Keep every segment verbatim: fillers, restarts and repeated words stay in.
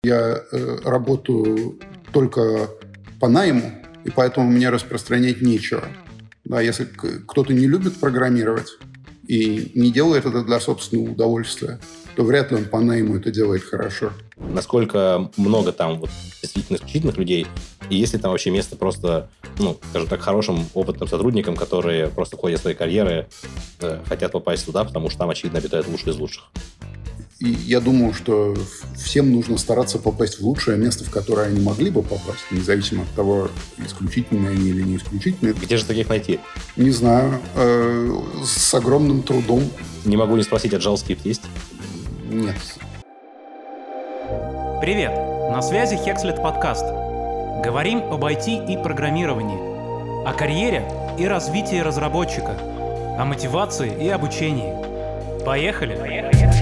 Я э, работаю только по найму, и поэтому мне распространять нечего. Да, если кто-то не любит программировать и не делает это для собственного удовольствия, то вряд ли он по найму это делает хорошо. Насколько много там вот, действительно исключительных людей, и есть ли там вообще место просто, ну, скажем так, хорошим опытным сотрудникам, которые просто в ходе своей карьеры э, хотят попасть туда, потому что там, очевидно, обитают лучшие из лучших? И я думаю, что всем нужно стараться попасть в лучшее место, в которое они могли бы попасть, независимо от того, исключительные они или не исключительные. Где же таких найти? Не знаю. Э, с огромным трудом. Не могу не спросить, а JavaScript есть? Нет. Привет! На связи Hexlet подкаст. Говорим об ай ти и программировании, о карьере и развитии разработчика, о мотивации и обучении. Поехали! Поехали!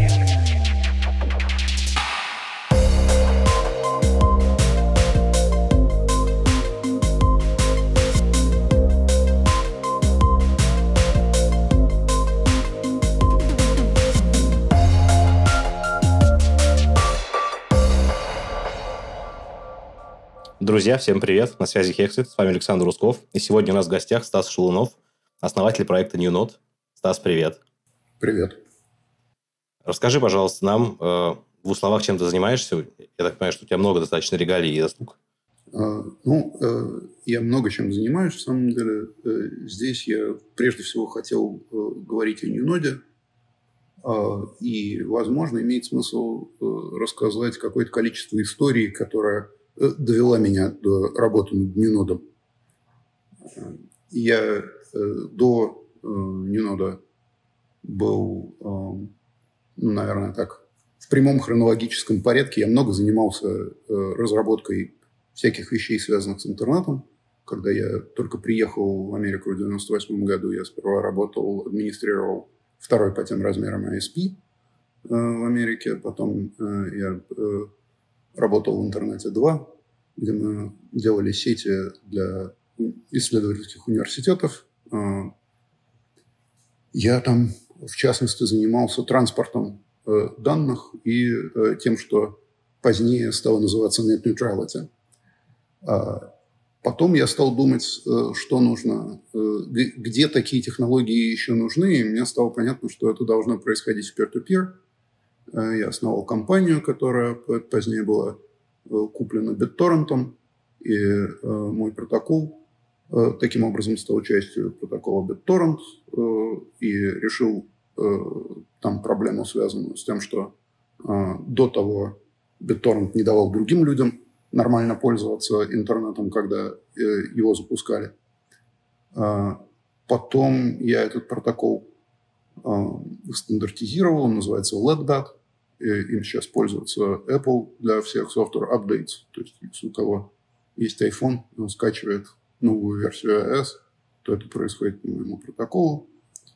Друзья, всем привет! На связи Hexlet, с вами Александр Русков. И сегодня у нас в гостях Стас Шелунов, основатель проекта NewNode. Стас, привет! Привет! Расскажи, пожалуйста, нам э, в двух словах, чем ты занимаешься. Я так понимаю, что у тебя много достаточно регалий и заслуг. А, ну, э, я много чем занимаюсь, на самом деле. Э, здесь я прежде всего хотел э, говорить о NewNode. Э, и, возможно, имеет смысл э, рассказать какое-то количество историй, которое довела меня до работы над NewNode. Я э, до э, NewNode был, э, ну, наверное, так, в прямом хронологическом порядке. Я много занимался э, разработкой всяких вещей, связанных с интернетом. Когда я только приехал в Америку в девяносто восьмом году, я сперва работал, администрировал второй по тем размерам ай эс пи э, в Америке. Потом э, я... Э, работал в интернете два, где мы делали сети для исследовательских университетов. Я там, в частности, занимался транспортом данных и тем, что позднее стало называться net neutrality. Потом я стал думать, что нужно, где такие технологии еще нужны, и мне стало понятно, что это должно происходить в peer-to-peer. Я основал компанию, которая позднее была куплена BitTorrent, и э, мой протокол э, таким образом стал частью протокола BitTorrent, э, и решил э, там проблему, связанную с тем, что э, до того BitTorrent не давал другим людям нормально пользоваться интернетом, когда э, его запускали. Э, потом я этот протокол э, стандартизировал, он называется LEDBAT. Им сейчас пользуется Apple для всех software updates. То есть, если у кого есть iPhone, и он скачивает новую версию ай о эс, то это происходит по моему протоколу.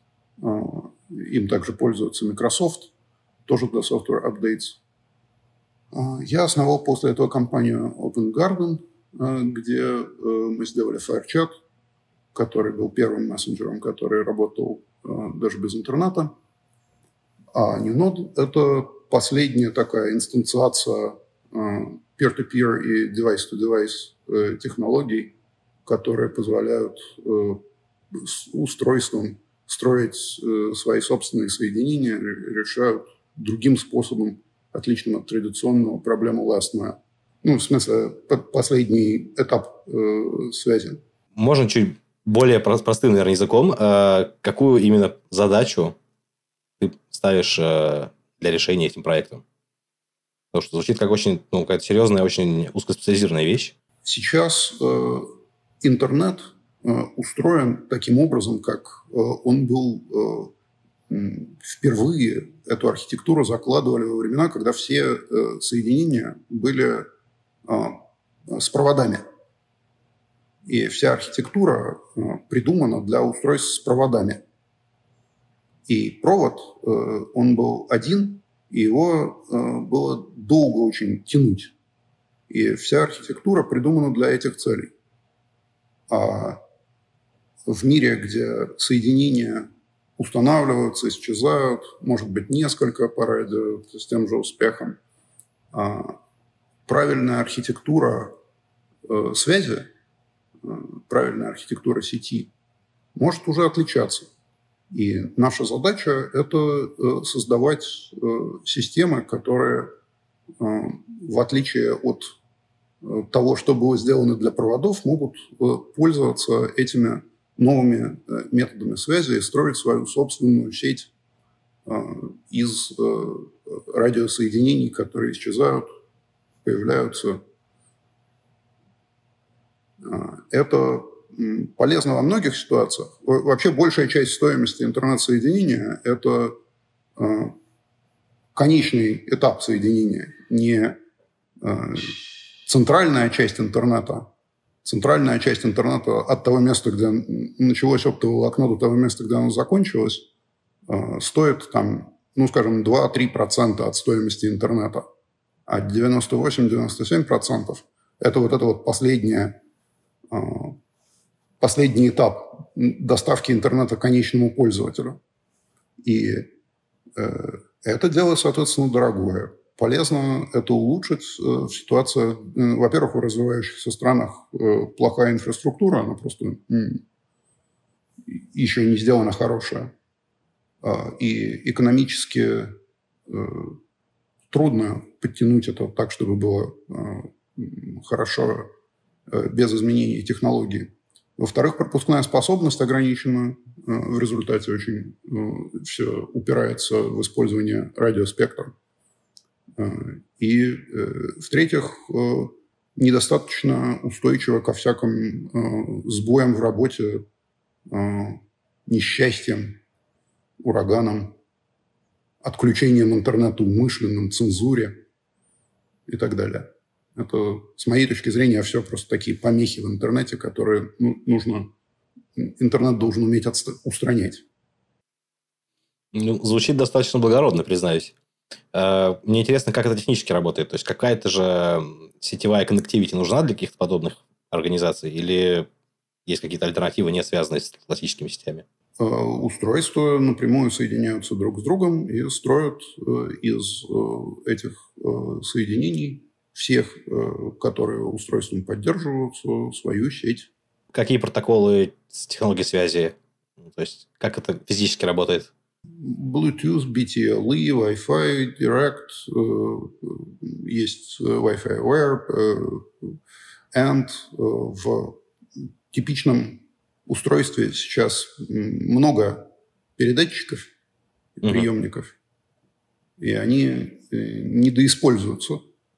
Им также пользуется Microsoft, тоже для software updates. Я основал после этого компанию Open Garden, где мы сделали FireChat, который был первым мессенджером, который работал даже без интернета. А NewNode – это последняя такая инстанциация э, peer-to-peer и device-to-device э, технологий, которые позволяют э, устройствам строить э, свои собственные соединения, решают другим способом, отличным от традиционного, проблему last mile. Ну, в смысле, последний этап э, связи. Можно чуть более простым, наверное, языком. Э, какую именно задачу ты ставишь э, для решения этим проектом? Потому что звучит как очень, ну, какая-то серьезная, очень узкоспециализированная вещь. Сейчас э, интернет э, устроен таким образом, как э, он был э, впервые. Эту архитектуру закладывали во времена, когда все э, соединения были э, с проводами. И вся архитектура э, придумана для устройств с проводами. И провод, э, он был один, и его э, было долго очень тянуть. И вся архитектура придумана для этих целей. А в мире, где соединения устанавливаются, исчезают, может быть, несколько по радио с тем же успехом, правильная архитектура э, связи, э, правильная архитектура сети может уже отличаться. И наша задача – это э, создавать э, системы, которые, э, в отличие от э, того, что было сделано для проводов, могут э, пользоваться этими новыми э, методами связи и строить свою собственную сеть э, из э, радиосоединений, которые исчезают, появляются. Э, это полезно во многих ситуациях. Вообще большая часть стоимости интернет-соединения – это э, конечный этап соединения, не э, центральная часть интернета. Центральная часть интернета от того места, где началось оптовое волокно, до того места, где оно закончилось, э, стоит, там, ну, скажем, два-три процента от стоимости интернета. А девяносто восемь - девяносто семь процентов – это вот это вот последнее э, последний этап доставки интернета конечному пользователю. И э, это дело, соответственно, дорогое. Полезно это улучшить э, в ситуации, э, во-первых, в развивающихся странах э, плохая инфраструктура, она просто э, еще не сделана хорошая. Э, и экономически э, трудно подтянуть это так, чтобы было э, хорошо э, без изменений технологий. Во-вторых, пропускная способность ограничена. В результате очень все упирается в использование радиоспектра. И, в-третьих, недостаточно устойчиво ко всяким сбоям в работе, несчастьям, ураганам, отключением интернета умышленным, цензуре и так далее. Это, с моей точки зрения, все просто такие помехи в интернете, которые ну, нужно... Интернет должен уметь отст- устранять. Ну, звучит достаточно благородно, признаюсь. Мне интересно, как это технически работает. То есть, какая-то же сетевая коннективити нужна для каких-то подобных организаций? Или есть какие-то альтернативы, не связанные с классическими сетями? Устройства напрямую соединяются друг с другом и строят из этих соединений всех, которые устройством поддерживаются, свою сеть. Какие протоколы технологии связи? То есть, как это физически работает? Bluetooth, би ти эл и, Wi-Fi, Direct, есть Wi-Fi Aware, and в типичном устройстве сейчас много передатчиков и uh-huh. приемников, и они недоиспользуются.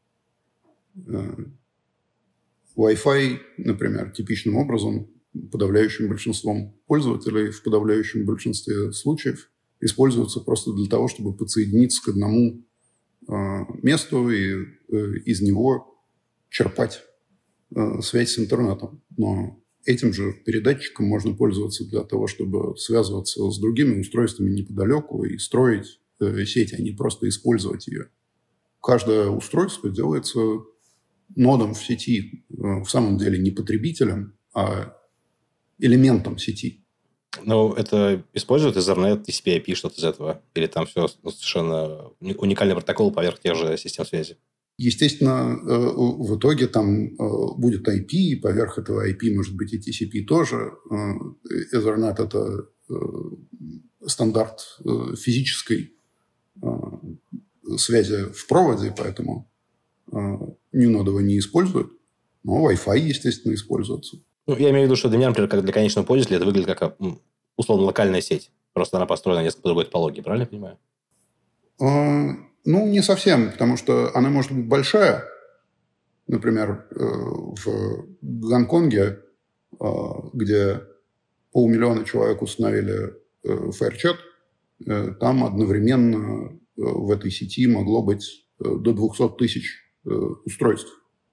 Wi-Fi, например, типичным образом подавляющим большинством пользователей в подавляющем большинстве случаев используется просто для того, чтобы подсоединиться к одному э, месту и э, из него черпать э, связь с интернетом. Но этим же передатчиком можно пользоваться для того, чтобы связываться с другими устройствами неподалеку и строить э, сеть, а не просто использовать ее. Каждое устройство делается нодом в сети, э, в самом деле не потребителем, а элементом сети. Ну, это используют Ethernet, ти си пи ай пи, что-то из этого? Или там все совершенно уникальный протокол поверх тех же систем связи? Естественно, в итоге там будет ай пи, и поверх этого ай пи может быть и ти си пи тоже. Ethernet – это стандарт физической связи в проводе, поэтому New-Node его не используют. Но Wi-Fi, естественно, используется. Ну, я имею в виду, что для меня, например, как для конечного пользователя, это выглядит как, условно, локальная сеть. Просто она построена несколько по другой топологии. Правильно я понимаю? А, ну, не совсем, потому что она может быть большая. Например, в Гонконге, где полмиллиона человек установили FireChat, там одновременно в этой сети могло быть до двухсот тысяч устройств.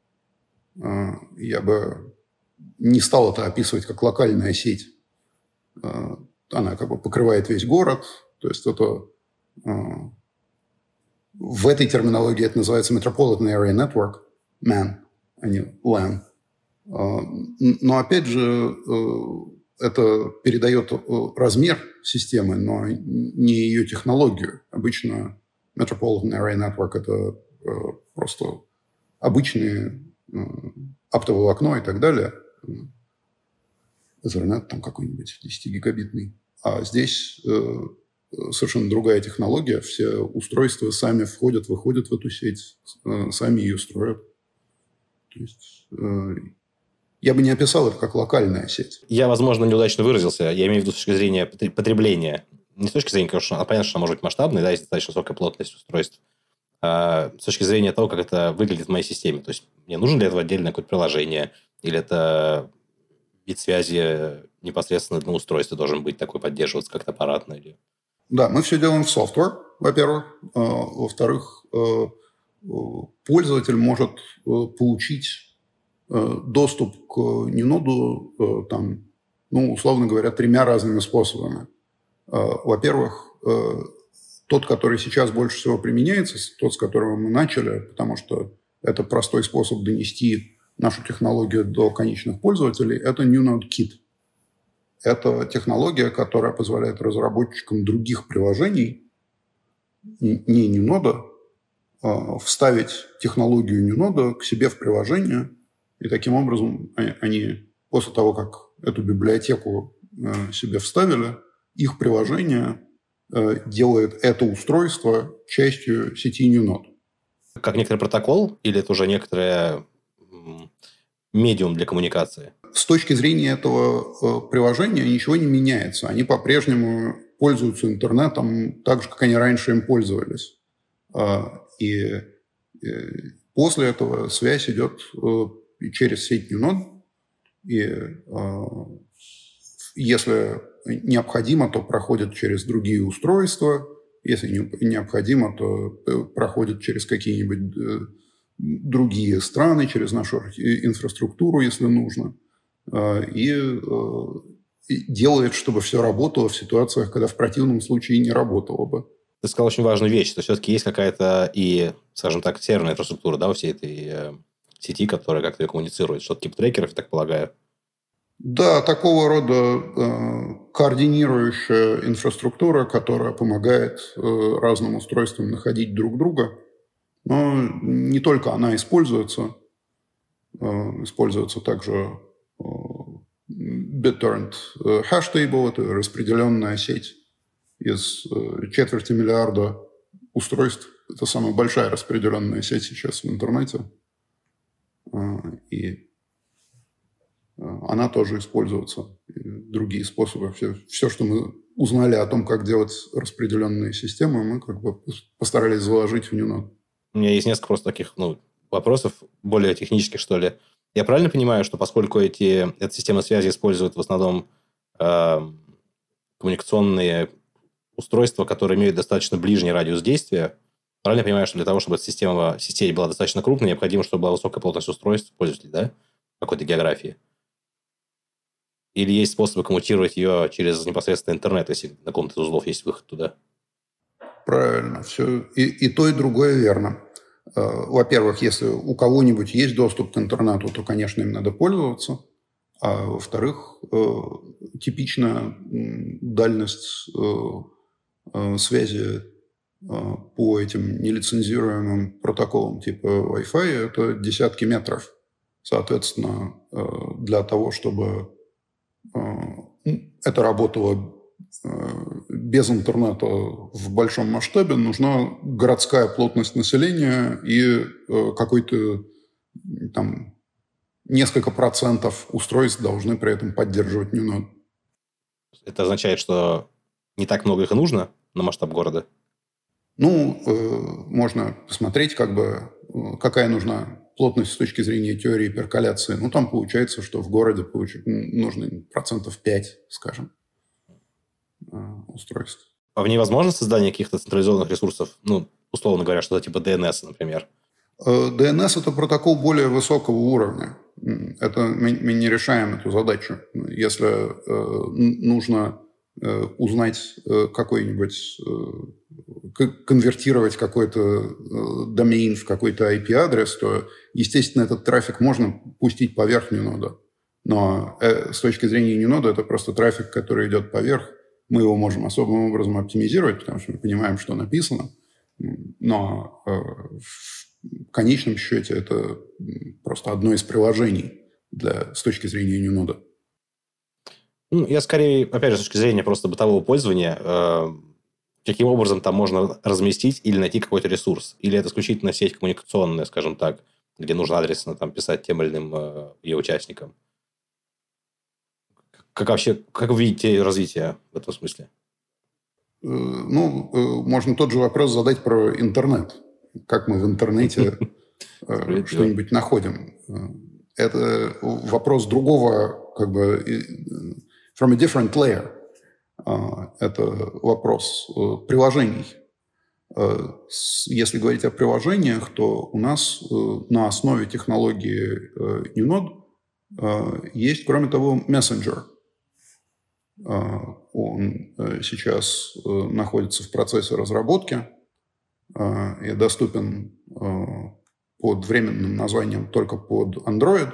Я бы не стал это описывать как локальная сеть. Она как бы покрывает весь город. То есть это в этой терминологии это называется Metropolitan Area Network, МЭН, а не лэн. Но опять же это передает размер системы, но не ее технологию. Обычно Metropolitan Area Network – это просто обычные э, оптоволокно и так далее. Ethernet там какой-нибудь десятигигабитный. А здесь э, совершенно другая технология. Все устройства сами входят, выходят в эту сеть, э, сами ее строят. То есть э, я бы не описал это как локальная сеть. Я, возможно, неудачно выразился. Я имею в виду с точки зрения потребления. Не с точки зрения, конечно, понятно, что она может быть масштабной, да, если достаточно высокая плотность устройств. А с точки зрения того, как это выглядит в моей системе. То есть мне нужно для этого отдельное какое-то приложение? Или это вид связи непосредственно на устройстве должен быть такой, поддерживаться как-то аппаратно? Или... Да, мы все делаем в софтвер, во-первых. Во-вторых, пользователь может получить доступ к Ninodo, там, ну, условно говоря, тремя разными способами. Во-первых, тот, который сейчас больше всего применяется, тот, с которого мы начали, потому что это простой способ донести нашу технологию до конечных пользователей, это Ninode Kit. Это технология, которая позволяет разработчикам других приложений, не Ninode, вставить технологию Ninode к себе в приложение, и таким образом они, после того, как эту библиотеку себе вставили, их приложение делает это устройство частью сети Ninode. Как некоторый протокол или это уже некоторое медиум для коммуникации? С точки зрения этого приложения ничего не меняется. Они по-прежнему пользуются интернетом так же, как они раньше им пользовались. И после этого связь идет через сеть Ninode. И если необходимо, то проходит через другие устройства. Если необходимо, то проходит через какие-нибудь другие страны, через нашу инфраструктуру, если нужно. И делает, чтобы все работало в ситуациях, когда в противном случае не работало бы. Ты сказал очень важную вещь, что все-таки есть какая-то и, скажем так, серверная инфраструктура, да, у всей этой сети, которая как-то коммуницирует. Что-то типа трекеров, я так полагаю. Да, такого рода э, координирующая инфраструктура, которая помогает э, разным устройствам находить друг друга. Но не только она используется. Э, используется также э, BitTorrent Hashtable. Это распределенная сеть из э, четверти миллиарда устройств. Это самая большая распределенная сеть сейчас в интернете. Э, и она тоже используется. И другие способы. Все, все, что мы узнали о том, как делать распределенные системы, мы как бы постарались заложить в Ninode. У меня есть несколько просто таких ну, вопросов, более технических, что ли. Я правильно понимаю, что поскольку эти, эта система связи использует в основном э, коммуникационные устройства, которые имеют достаточно ближний радиус действия, правильно я понимаю, что для того, чтобы эта система сетей была достаточно крупной, необходимо, чтобы была высокая плотность устройств пользователей, да? Какой-то географии? Или есть способы коммутировать ее через непосредственно интернет, если на каком-то из узлов есть выход туда? Правильно. Все. И, и то, и другое верно. Во-первых, если у кого-нибудь есть доступ к интернету, то, конечно, им надо пользоваться. А во-вторых, типичная дальность связи по этим нелицензируемым протоколам типа Wi-Fi – это десятки метров. Соответственно, для того, чтобы это работало без интернета в большом масштабе, нужна городская плотность населения и какой-то там несколько процентов устройств должны при этом поддерживать Ninode. Это означает, что не так много их и нужно на масштаб города? Ну, можно посмотреть, как бы, какая нужна плотность с точки зрения теории перколяции. Ну, там получается, что в городе получить, нужно процентов пять, скажем, устройств. А в ней возможно создание каких-то централизованных ресурсов? Ну, условно говоря, что-то типа ди эн эс, например. ди эн эс – это протокол более высокого уровня. Это мы, мы не решаем эту задачу. Если э, нужно э, узнать э, какой-нибудь, э, конвертировать какой-то э, домен в какой-то ай пи-адрес, то, естественно, этот трафик можно пустить поверх Ninode. Но э, с точки зрения Ninode это просто трафик, который идет поверх. Мы его можем особым образом оптимизировать, потому что мы понимаем, что написано. Но э, в конечном счете это просто одно из приложений для, с точки зрения Newnode'а. Ну, я скорее, опять же, с точки зрения просто бытового пользования, э, каким образом там можно разместить или найти какой-то ресурс. Или это исключительно сеть коммуникационная, скажем так, где нужно адресно там, писать тем или иным э, ее участникам. Как вообще, как вы видите развитие в этом смысле? Ну, можно тот же вопрос задать про интернет. Как мы в интернете что-нибудь находим. Это вопрос другого, как бы, from a different layer. Это вопрос приложений. Если говорить о приложениях, то у нас на основе технологии Newnode есть, кроме того, мессенджер. Он сейчас находится в процессе разработки и доступен под временным названием только под Android.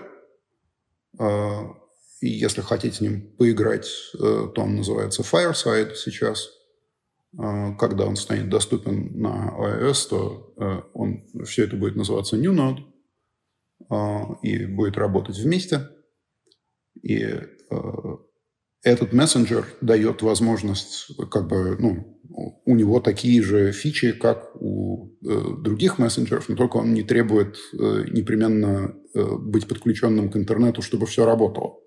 И если хотите с ним поиграть, то он называется Fireside сейчас. Когда он станет доступен на iOS, то он, все это будет называться Newnode и будет работать вместе. И этот мессенджер дает возможность, как бы, ну, у него такие же фичи, как у э, других мессенджеров, но только он не требует э, непременно э, быть подключенным к интернету, чтобы все работало.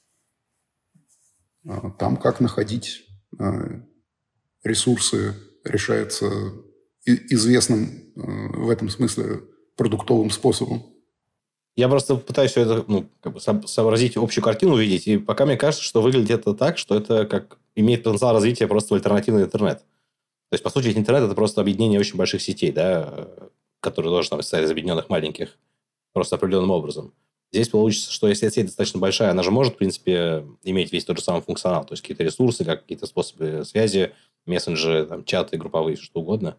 А там как находить э, ресурсы решается и, известным э, в этом смысле продуктовым способом. Я просто пытаюсь все это, ну, как бы сообразить общую картину, увидеть. И пока мне кажется, что выглядит это так, что это как имеет потенциал развития просто в альтернативный интернет. То есть, по сути, интернет – это просто объединение очень больших сетей, да, которые должны там состоять из объединенных маленьких, просто определенным образом. Здесь получится, что если сеть достаточно большая, она же может, в принципе, иметь весь тот же самый функционал. То есть, какие-то ресурсы, как какие-то способы связи, мессенджеры, там, чаты групповые, что угодно.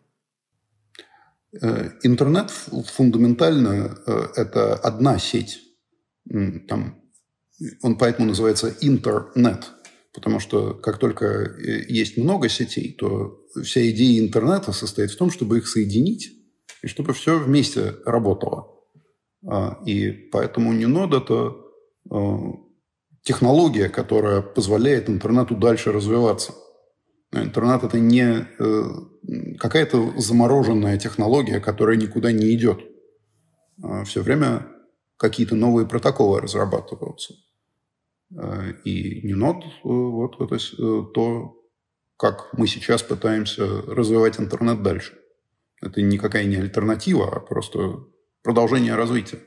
Интернет фундаментально – это одна сеть. Там, он поэтому называется интернет. Потому что как только есть много сетей, то вся идея интернета состоит в том, чтобы их соединить и чтобы все вместе работало. И поэтому Newnode – это технология, которая позволяет интернету дальше развиваться. Интернет – это не какая-то замороженная технология, которая никуда не идет. Все время какие-то новые протоколы разрабатываются. И Newnode – вот это то, как мы сейчас пытаемся развивать интернет дальше. Это никакая не альтернатива, а просто продолжение развития.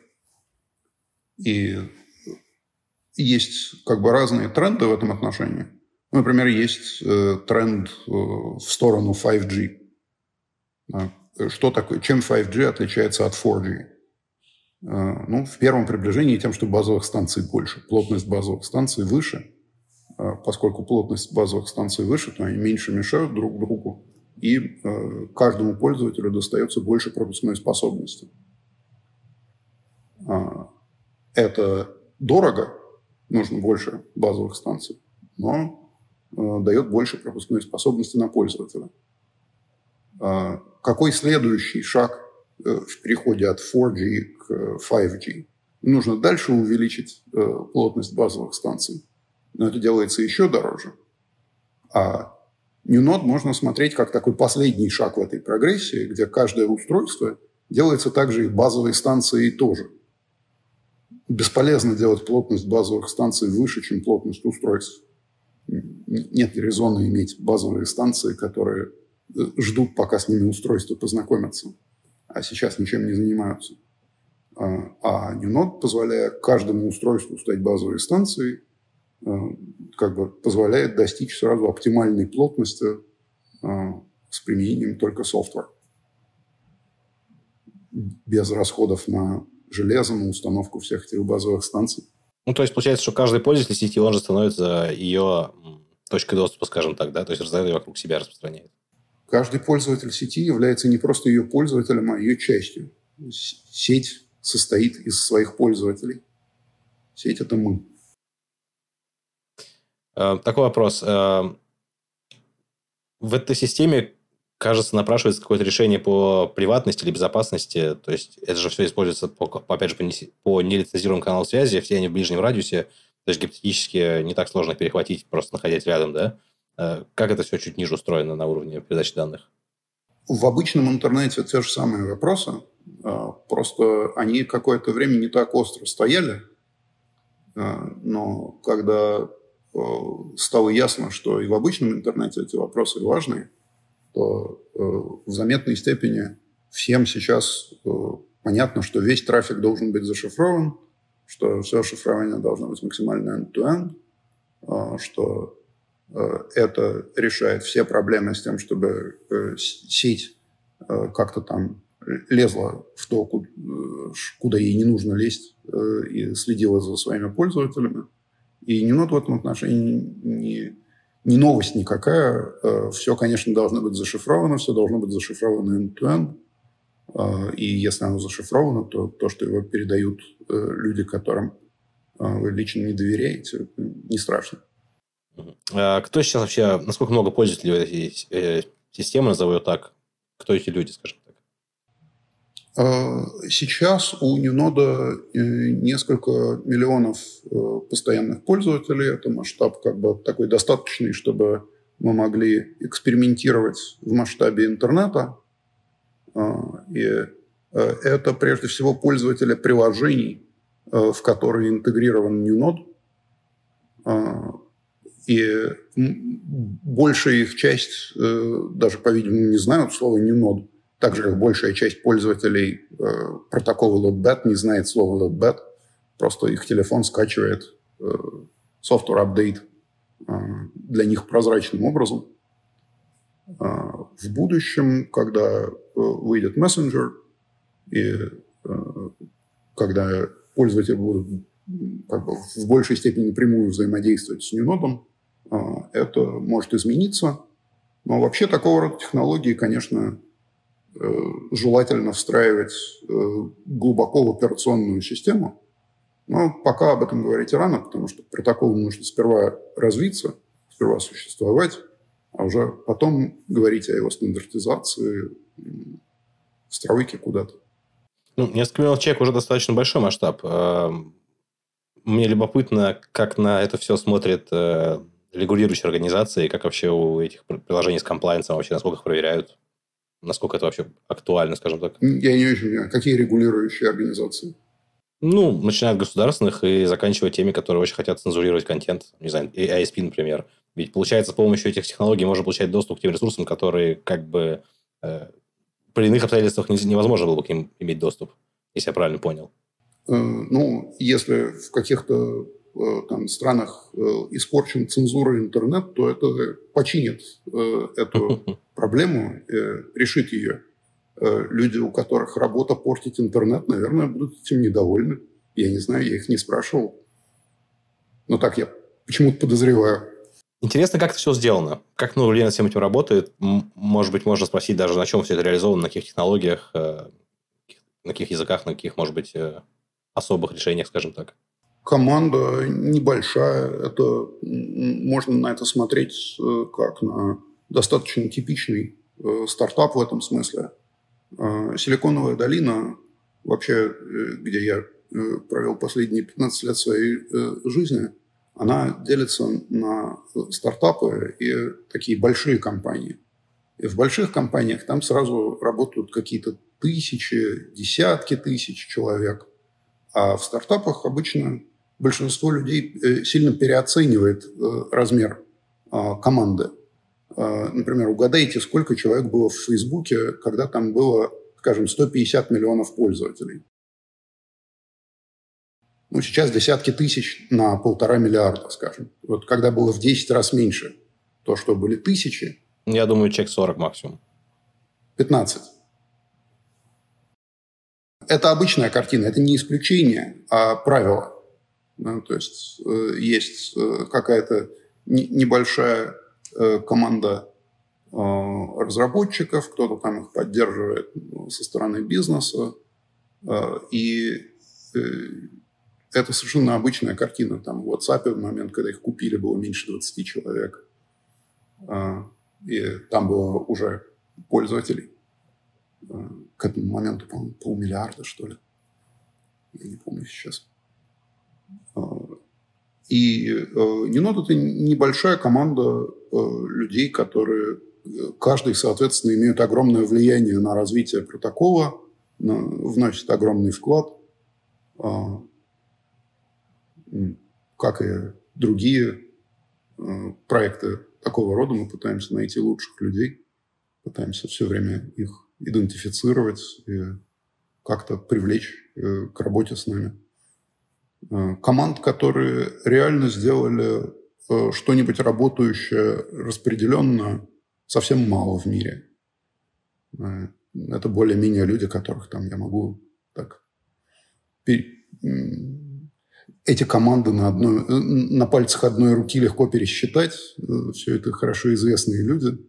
И есть как бы разные тренды в этом отношении. Например, есть тренд в сторону пять джи. Что такое? Чем пять джи отличается от четыре джи? Ну, в первом приближении тем, что базовых станций больше. Плотность базовых станций выше. Поскольку плотность базовых станций выше, то они меньше мешают друг другу. И каждому пользователю достается больше пропускной способности. Это дорого. Нужно больше базовых станций. Но дает больше пропускной способности на пользователя. Какой следующий шаг в переходе от четыре джи к пять джи? Нужно дальше увеличить плотность базовых станций. Но это делается еще дороже. А Newnode можно смотреть как такой последний шаг в этой прогрессии, где каждое устройство делается также и базовые станции тоже. Бесполезно делать плотность базовых станций выше, чем плотность устройств. Нет резона иметь базовые станции, которые ждут, пока с ними устройства познакомятся, а сейчас ничем не занимаются. А Newnode, позволяя каждому устройству стать базовой станцией, как бы позволяет достичь сразу оптимальной плотности с применением только софтвера. Без расходов на железо, на установку всех этих базовых станций. Ну, то есть, получается, что каждый пользователь сети, он же становится ее точкой доступа, скажем так, да? То есть, раздает ее вокруг себя, распространяет. Каждый пользователь сети является не просто ее пользователем, а ее частью. Сеть состоит из своих пользователей. Сеть – это мы. Такой вопрос. В этой системе кажется, напрашивается какое-то решение по приватности или безопасности. То есть, это же все используется, по, опять же, по, не, по нелицензируемым каналам связи, все они в ближнем радиусе. То есть, гипотетически не так сложно перехватить, просто находясь рядом, да? Как это все чуть ниже устроено на уровне передачи данных? В обычном интернете те же самые вопросы. Просто они какое-то время не так остро стояли. Но когда стало ясно, что и в обычном интернете эти вопросы важны, то в заметной степени всем сейчас понятно, что весь трафик должен быть зашифрован, что все шифрование должно быть максимально end-to-end, что это решает все проблемы с тем, чтобы сеть как-то там лезла в то, куда ей не нужно лезть, и следила за своими пользователями. И Ninode в этом отношении не, не новость никакая. Все, конечно, должно быть зашифровано, все должно быть зашифровано end-to-end. И если оно зашифровано, то то, что его передают люди, которым вы лично не доверяете, не страшно. А кто сейчас вообще, насколько много пользователей этой системы, назову ее так? Кто эти люди, скажем так? Сейчас у Ninode несколько миллионов постоянных пользователей. Это масштаб как бы такой достаточный, чтобы мы могли экспериментировать в масштабе интернета. И это прежде всего пользователи приложений, в которые интегрирован Ninode. И большая их часть даже, по-видимому, не знают слова Ninode. Так же, как большая часть пользователей э, протокола LoadBat не знает слова LoadBat. Просто их телефон скачивает э, software update э, для них прозрачным образом. Э, в будущем, когда э, выйдет Messenger, и э, когда пользователи будут как бы, в большей степени напрямую взаимодействовать с Ninode, э, это может измениться. Но вообще такого рода технологии, конечно, желательно встраивать глубоко в операционную систему. Но пока об этом говорить рано, потому что протоколу нужно сперва развиться, сперва существовать, а уже потом говорить о его стандартизации, встроке куда-то. Ну, несколько миллионов человек уже достаточно большой масштаб. Мне любопытно, как на это все смотрят регулирующие организации, как вообще у этих приложений с комплайенсом, вообще насколько их проверяют. Насколько это вообще актуально, скажем так? Я не очень понимаю. Какие регулирующие организации? Ну, начиная от государственных и заканчивая теми, которые очень хотят цензурировать контент. Не знаю, ай эс пи, например. Ведь, получается, с помощью этих технологий можно получать доступ к тем ресурсам, которые как бы э, при иных обстоятельствах невозможно было бы к ним иметь доступ, если я правильно понял. Э, ну, если в каких-то э, там странах э, испорчен цензурой интернет, то это починит э, эту проблему, э, решит ее. Э, люди, у которых работа портить интернет, наверное, будут этим недовольны. Я не знаю, я их не спрашивал. Но так я почему-то подозреваю. Интересно, как это все сделано. Как ну, над всем этим работает. Может быть, можно спросить даже, на чем все это реализовано, на каких технологиях, э, на каких языках, на каких, может быть, э, особых решениях, скажем так. Команда небольшая. Это, можно на это смотреть э, как на достаточно типичный э, стартап в этом смысле. Э, Силиконовая долина, вообще, э, где я э, провел последние пятнадцать лет своей э, жизни, она делится на стартапы и такие большие компании. И в больших компаниях там сразу работают какие-то тысячи, десятки тысяч человек. А в стартапах обычно большинство людей сильно переоценивает размер команды. Например, угадайте, сколько человек было в Фейсбуке, когда там было, скажем, сто пятьдесят миллионов пользователей. Ну, сейчас десятки тысяч на полтора миллиарда, скажем. Вот когда было в десять раз меньше, то, что были тысячи. Я думаю, человек сорок максимум. пятнадцать. Это обычная картина, это не исключение, а правило. Да, то есть э, есть э, какая-то не, небольшая э, команда э, разработчиков, кто-то там их поддерживает ну, со стороны бизнеса. Э, и э, это совершенно обычная картина. Там в WhatsApp в момент, когда их купили, было меньше двадцати человек. Э, и там было уже пользователей. К этому моменту, по-моему, полмиллиарда, что ли. Я не помню сейчас. И Ninode – это небольшая команда людей, которые каждый, соответственно, имеют огромное влияние на развитие протокола, вносит огромный вклад, как и другие проекты такого рода. Мы пытаемся найти лучших людей, пытаемся все время их идентифицировать и как-то привлечь к работе с нами. Команд, которые реально сделали что-нибудь работающее распределенно, совсем мало в мире. Это более-менее люди, которых там я могу так... Эти команды на, одной, на пальцах одной руки легко пересчитать. Все это хорошо известные люди.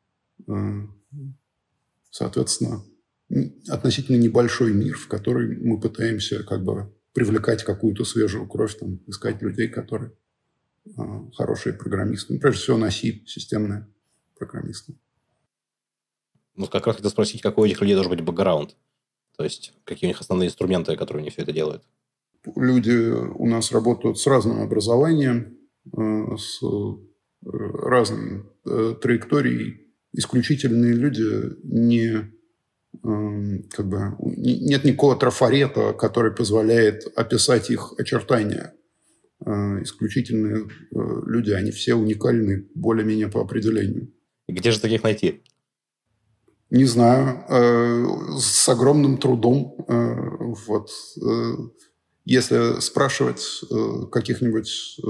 Соответственно, относительно небольшой мир, в который мы пытаемся как бы привлекать какую-то свежую кровь, там, искать людей, которые хорошие программисты. Ну, прежде всего, на C, системные программисты. Ну, как раз хотел спросить, какой у этих людей должен быть бэкграунд? То есть, какие у них основные инструменты, которые они все это делают? Люди у нас работают с разным образованием, с разной траекторией. Исключительные люди не... Как бы, нет никакого трафарета, который позволяет описать их очертания. Исключительные люди, они все уникальны более-менее по определению. И где же таких найти? Не знаю. С огромным трудом. Вот. Если спрашивать каких-нибудь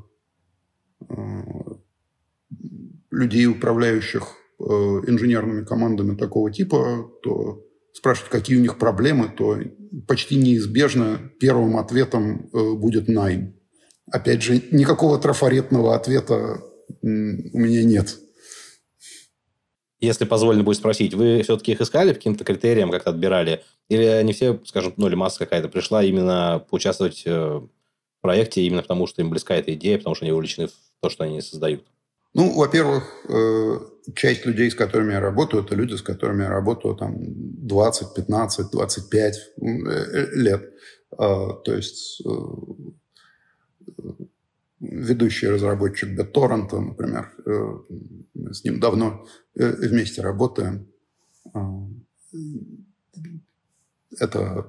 людей, управляющих инженерными командами такого типа, то спрашивать, какие у них проблемы, то почти неизбежно первым ответом будет найм. Опять же, никакого трафаретного ответа у меня нет. Если позволено будет спросить, вы все-таки их искали по каким-то критериям, как-то отбирали? Или они все, скажем, ну или масса какая-то пришла именно поучаствовать в проекте именно потому, что им близка эта идея, потому что они увлечены в то, что они создают? Ну, во-первых, часть людей, с которыми я работаю, это люди, с которыми я работаю там двадцать, пятнадцать, двадцать пять лет. То есть ведущий разработчик BitTorrent, например, мы с ним давно вместе работаем. Это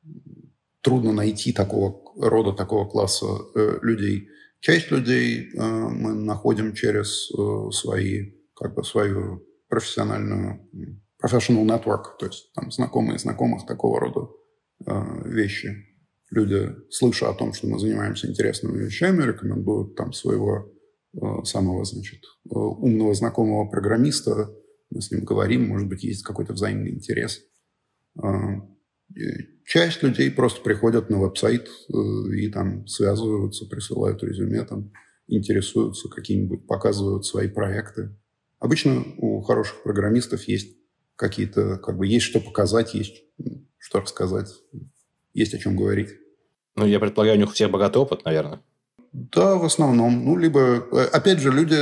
трудно найти такого рода, такого класса людей. Часть людей э, мы находим через э, свои, как бы, свою профессиональную professional network, то есть там знакомые знакомых, такого рода э, вещи. Люди, слыша о том, что мы занимаемся интересными вещами, рекомендуют там своего э, самого, значит, э, умного знакомого программиста. Мы с ним говорим, может быть, есть какой-то взаимный интерес. Э, Часть людей просто приходят на веб-сайт э, и там связываются, присылают резюме, там, интересуются какие-нибудь, показывают свои проекты. Обычно у хороших программистов есть какие-то, как бы, есть что показать, есть что рассказать, есть о чем говорить. Ну, я предполагаю, у них у всех богатый опыт, наверное. Да, в основном. Ну, либо, опять же, люди,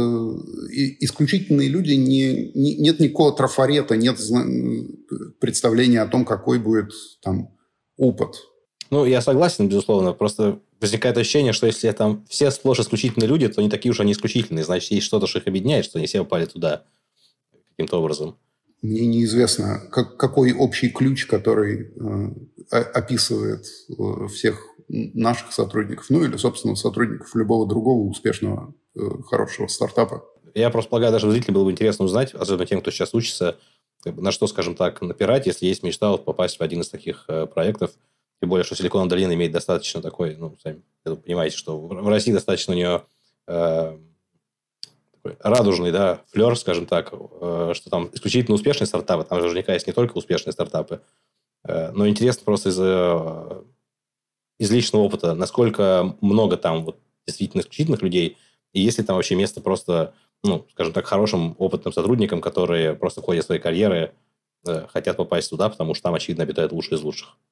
э, исключительные люди, не, не, нет никакого трафарета, нет представления о том, какой будет там опыт. Ну, я согласен, безусловно. Просто возникает ощущение, что если там все сплошь исключительные люди, то не такие уж они исключительные. Значит, есть что-то, что их объединяет, что они все попали туда каким-то образом. Мне неизвестно, как, какой общий ключ, который э, описывает э, всех наших сотрудников, ну или, собственно, сотрудников любого другого успешного, э, хорошего стартапа. Я просто полагаю, даже зрителям было бы интересно узнать, особенно тем, кто сейчас учится, на что, скажем так, напирать, если есть мечта вот попасть в один из таких э, проектов. Тем более, что Силиконовая долина имеет достаточно такой, ну, сами понимаете, что в России достаточно у нее э, такой радужный, да, флер, скажем так, э, что там исключительно успешные стартапы, там же наверняка есть не только успешные стартапы, э, но интересно просто из, э, из личного опыта, насколько много там вот действительно исключительных людей, и есть ли там вообще место просто, ну, скажем так, хорошим опытным сотрудникам, которые просто в ходе своей карьеры э, хотят попасть туда, потому что там, очевидно, обитают лучшие из лучших.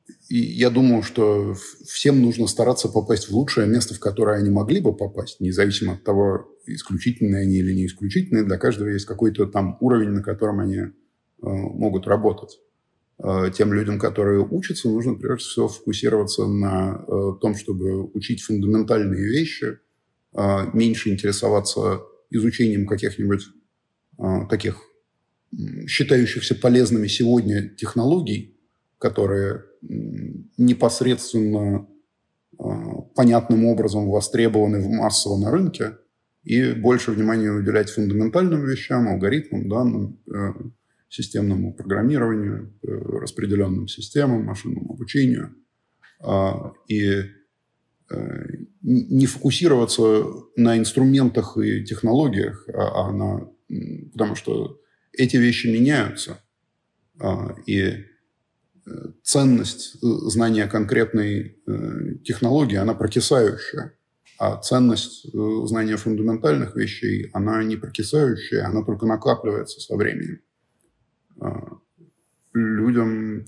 и я думаю, что всем нужно стараться попасть в лучшее место, в которое они могли бы попасть, независимо от того, исключительные они или не исключительные. Для каждого есть какой-то там уровень, на котором они э, могут работать. Э, тем людям, которые учатся, нужно прежде всего фокусироваться на э, том, чтобы учить фундаментальные вещи, э, меньше интересоваться изучением каких-нибудь э, таких считающихся полезными сегодня технологий, которые непосредственно э, понятным образом востребованы массово на рынке, и больше внимания уделять фундаментальным вещам, алгоритмам, данным, э, системному программированию, э, распределенным системам, машинному обучению. Э, и э, не фокусироваться на инструментах и технологиях, а, а на... Потому что эти вещи меняются, и ценность знания конкретной технологии, она прокисающая, а ценность знания фундаментальных вещей, она не прокисающая, она только накапливается со временем. Людям,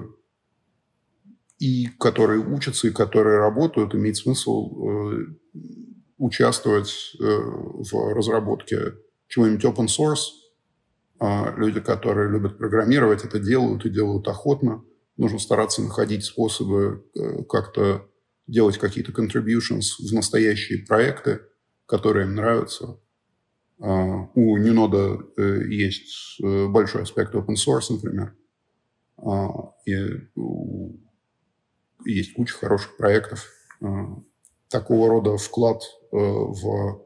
и которые учатся, и которые работают, имеет смысл участвовать в разработке чего-нибудь open source. Люди, которые любят программировать, это делают и делают охотно. Нужно стараться находить способы как-то делать какие-то contributions в настоящие проекты, которые им нравятся. У Ninoda есть большой аспект open source, например. И есть куча хороших проектов. Такого рода вклад в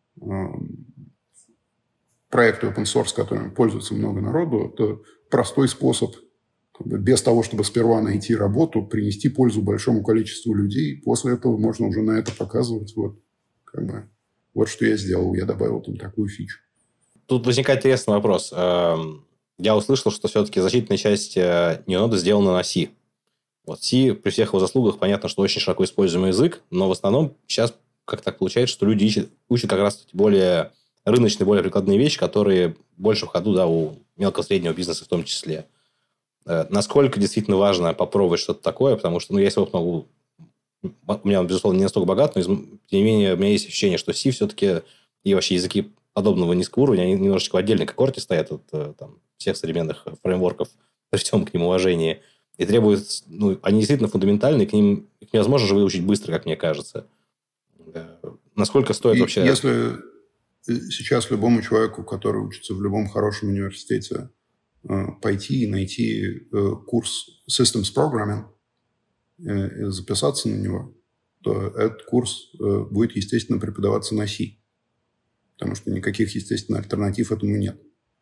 проекты open source, которыми пользуется много народу, это простой способ, как бы, без того, чтобы сперва найти работу, принести пользу большому количеству людей. После этого можно уже на это показывать. Вот, как бы, вот что я сделал. Я добавил там такую фичу. Тут возникает интересный вопрос. Я услышал, что все-таки значительная часть Ninoda сделана на C. Вот C, при всех его заслугах, понятно, что очень широко используемый язык, но в основном сейчас как так получается, что люди ищут, учат как раз более рыночные, более прикладные вещи, которые больше в ходу, да, у мелко-среднего бизнеса в том числе. Э, насколько действительно важно попробовать что-то такое, потому что, ну, я себе могу... У меня, безусловно, не настолько богат, но, тем не менее, у меня есть ощущение, что C все-таки и вообще языки подобного низкого уровня, они немножечко в отдельной когорте стоят от там, всех современных фреймворков, при всем к ним уважении, и требуют... Ну, они действительно фундаментальные, к ним их невозможно же выучить быстро, как мне кажется. Э, насколько стоит и вообще... Если... Сейчас любому человеку, который учится в любом хорошем университете, пойти и найти курс Systems Programming и записаться на него, то этот курс будет, естественно, преподаваться на C. Потому что никаких, естественно, альтернатив этому нет.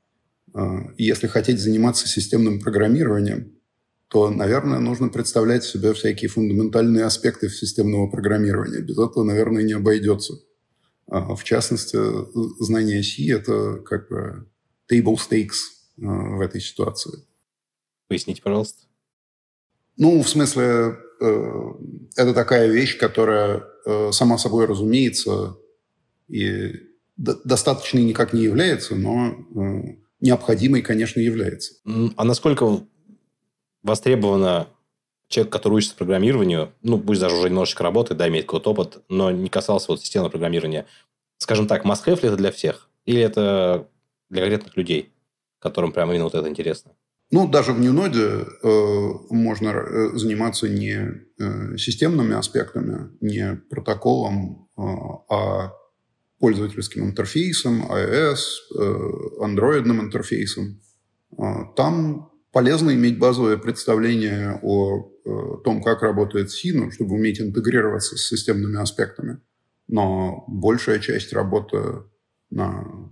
И если хотеть заниматься системным программированием, то, наверное, нужно представлять себе всякие фундаментальные аспекты системного программирования. Без этого, наверное, не обойдется. В частности, знание C – это как бы table stakes в этой ситуации. Поясните, пожалуйста. Ну, в смысле, это такая вещь, которая сама собой разумеется и достаточной никак не является, но необходимой, конечно, является. А насколько востребовано человек, который учится программированию, ну, пусть даже уже немножечко работает, да, имеет какой-то опыт, но не касался вот системного программирования, скажем так, must-have ли это для всех? Или это для конкретных людей, которым прямо именно вот это интересно? Ну, даже в Ninoda э, можно заниматься не э, системными аспектами, не протоколом, э, а пользовательским интерфейсом, iOS, э, андроидным интерфейсом. Э, там полезно иметь базовое представление о э, том, как работает C, ну, чтобы уметь интегрироваться с системными аспектами. Но большая часть работы на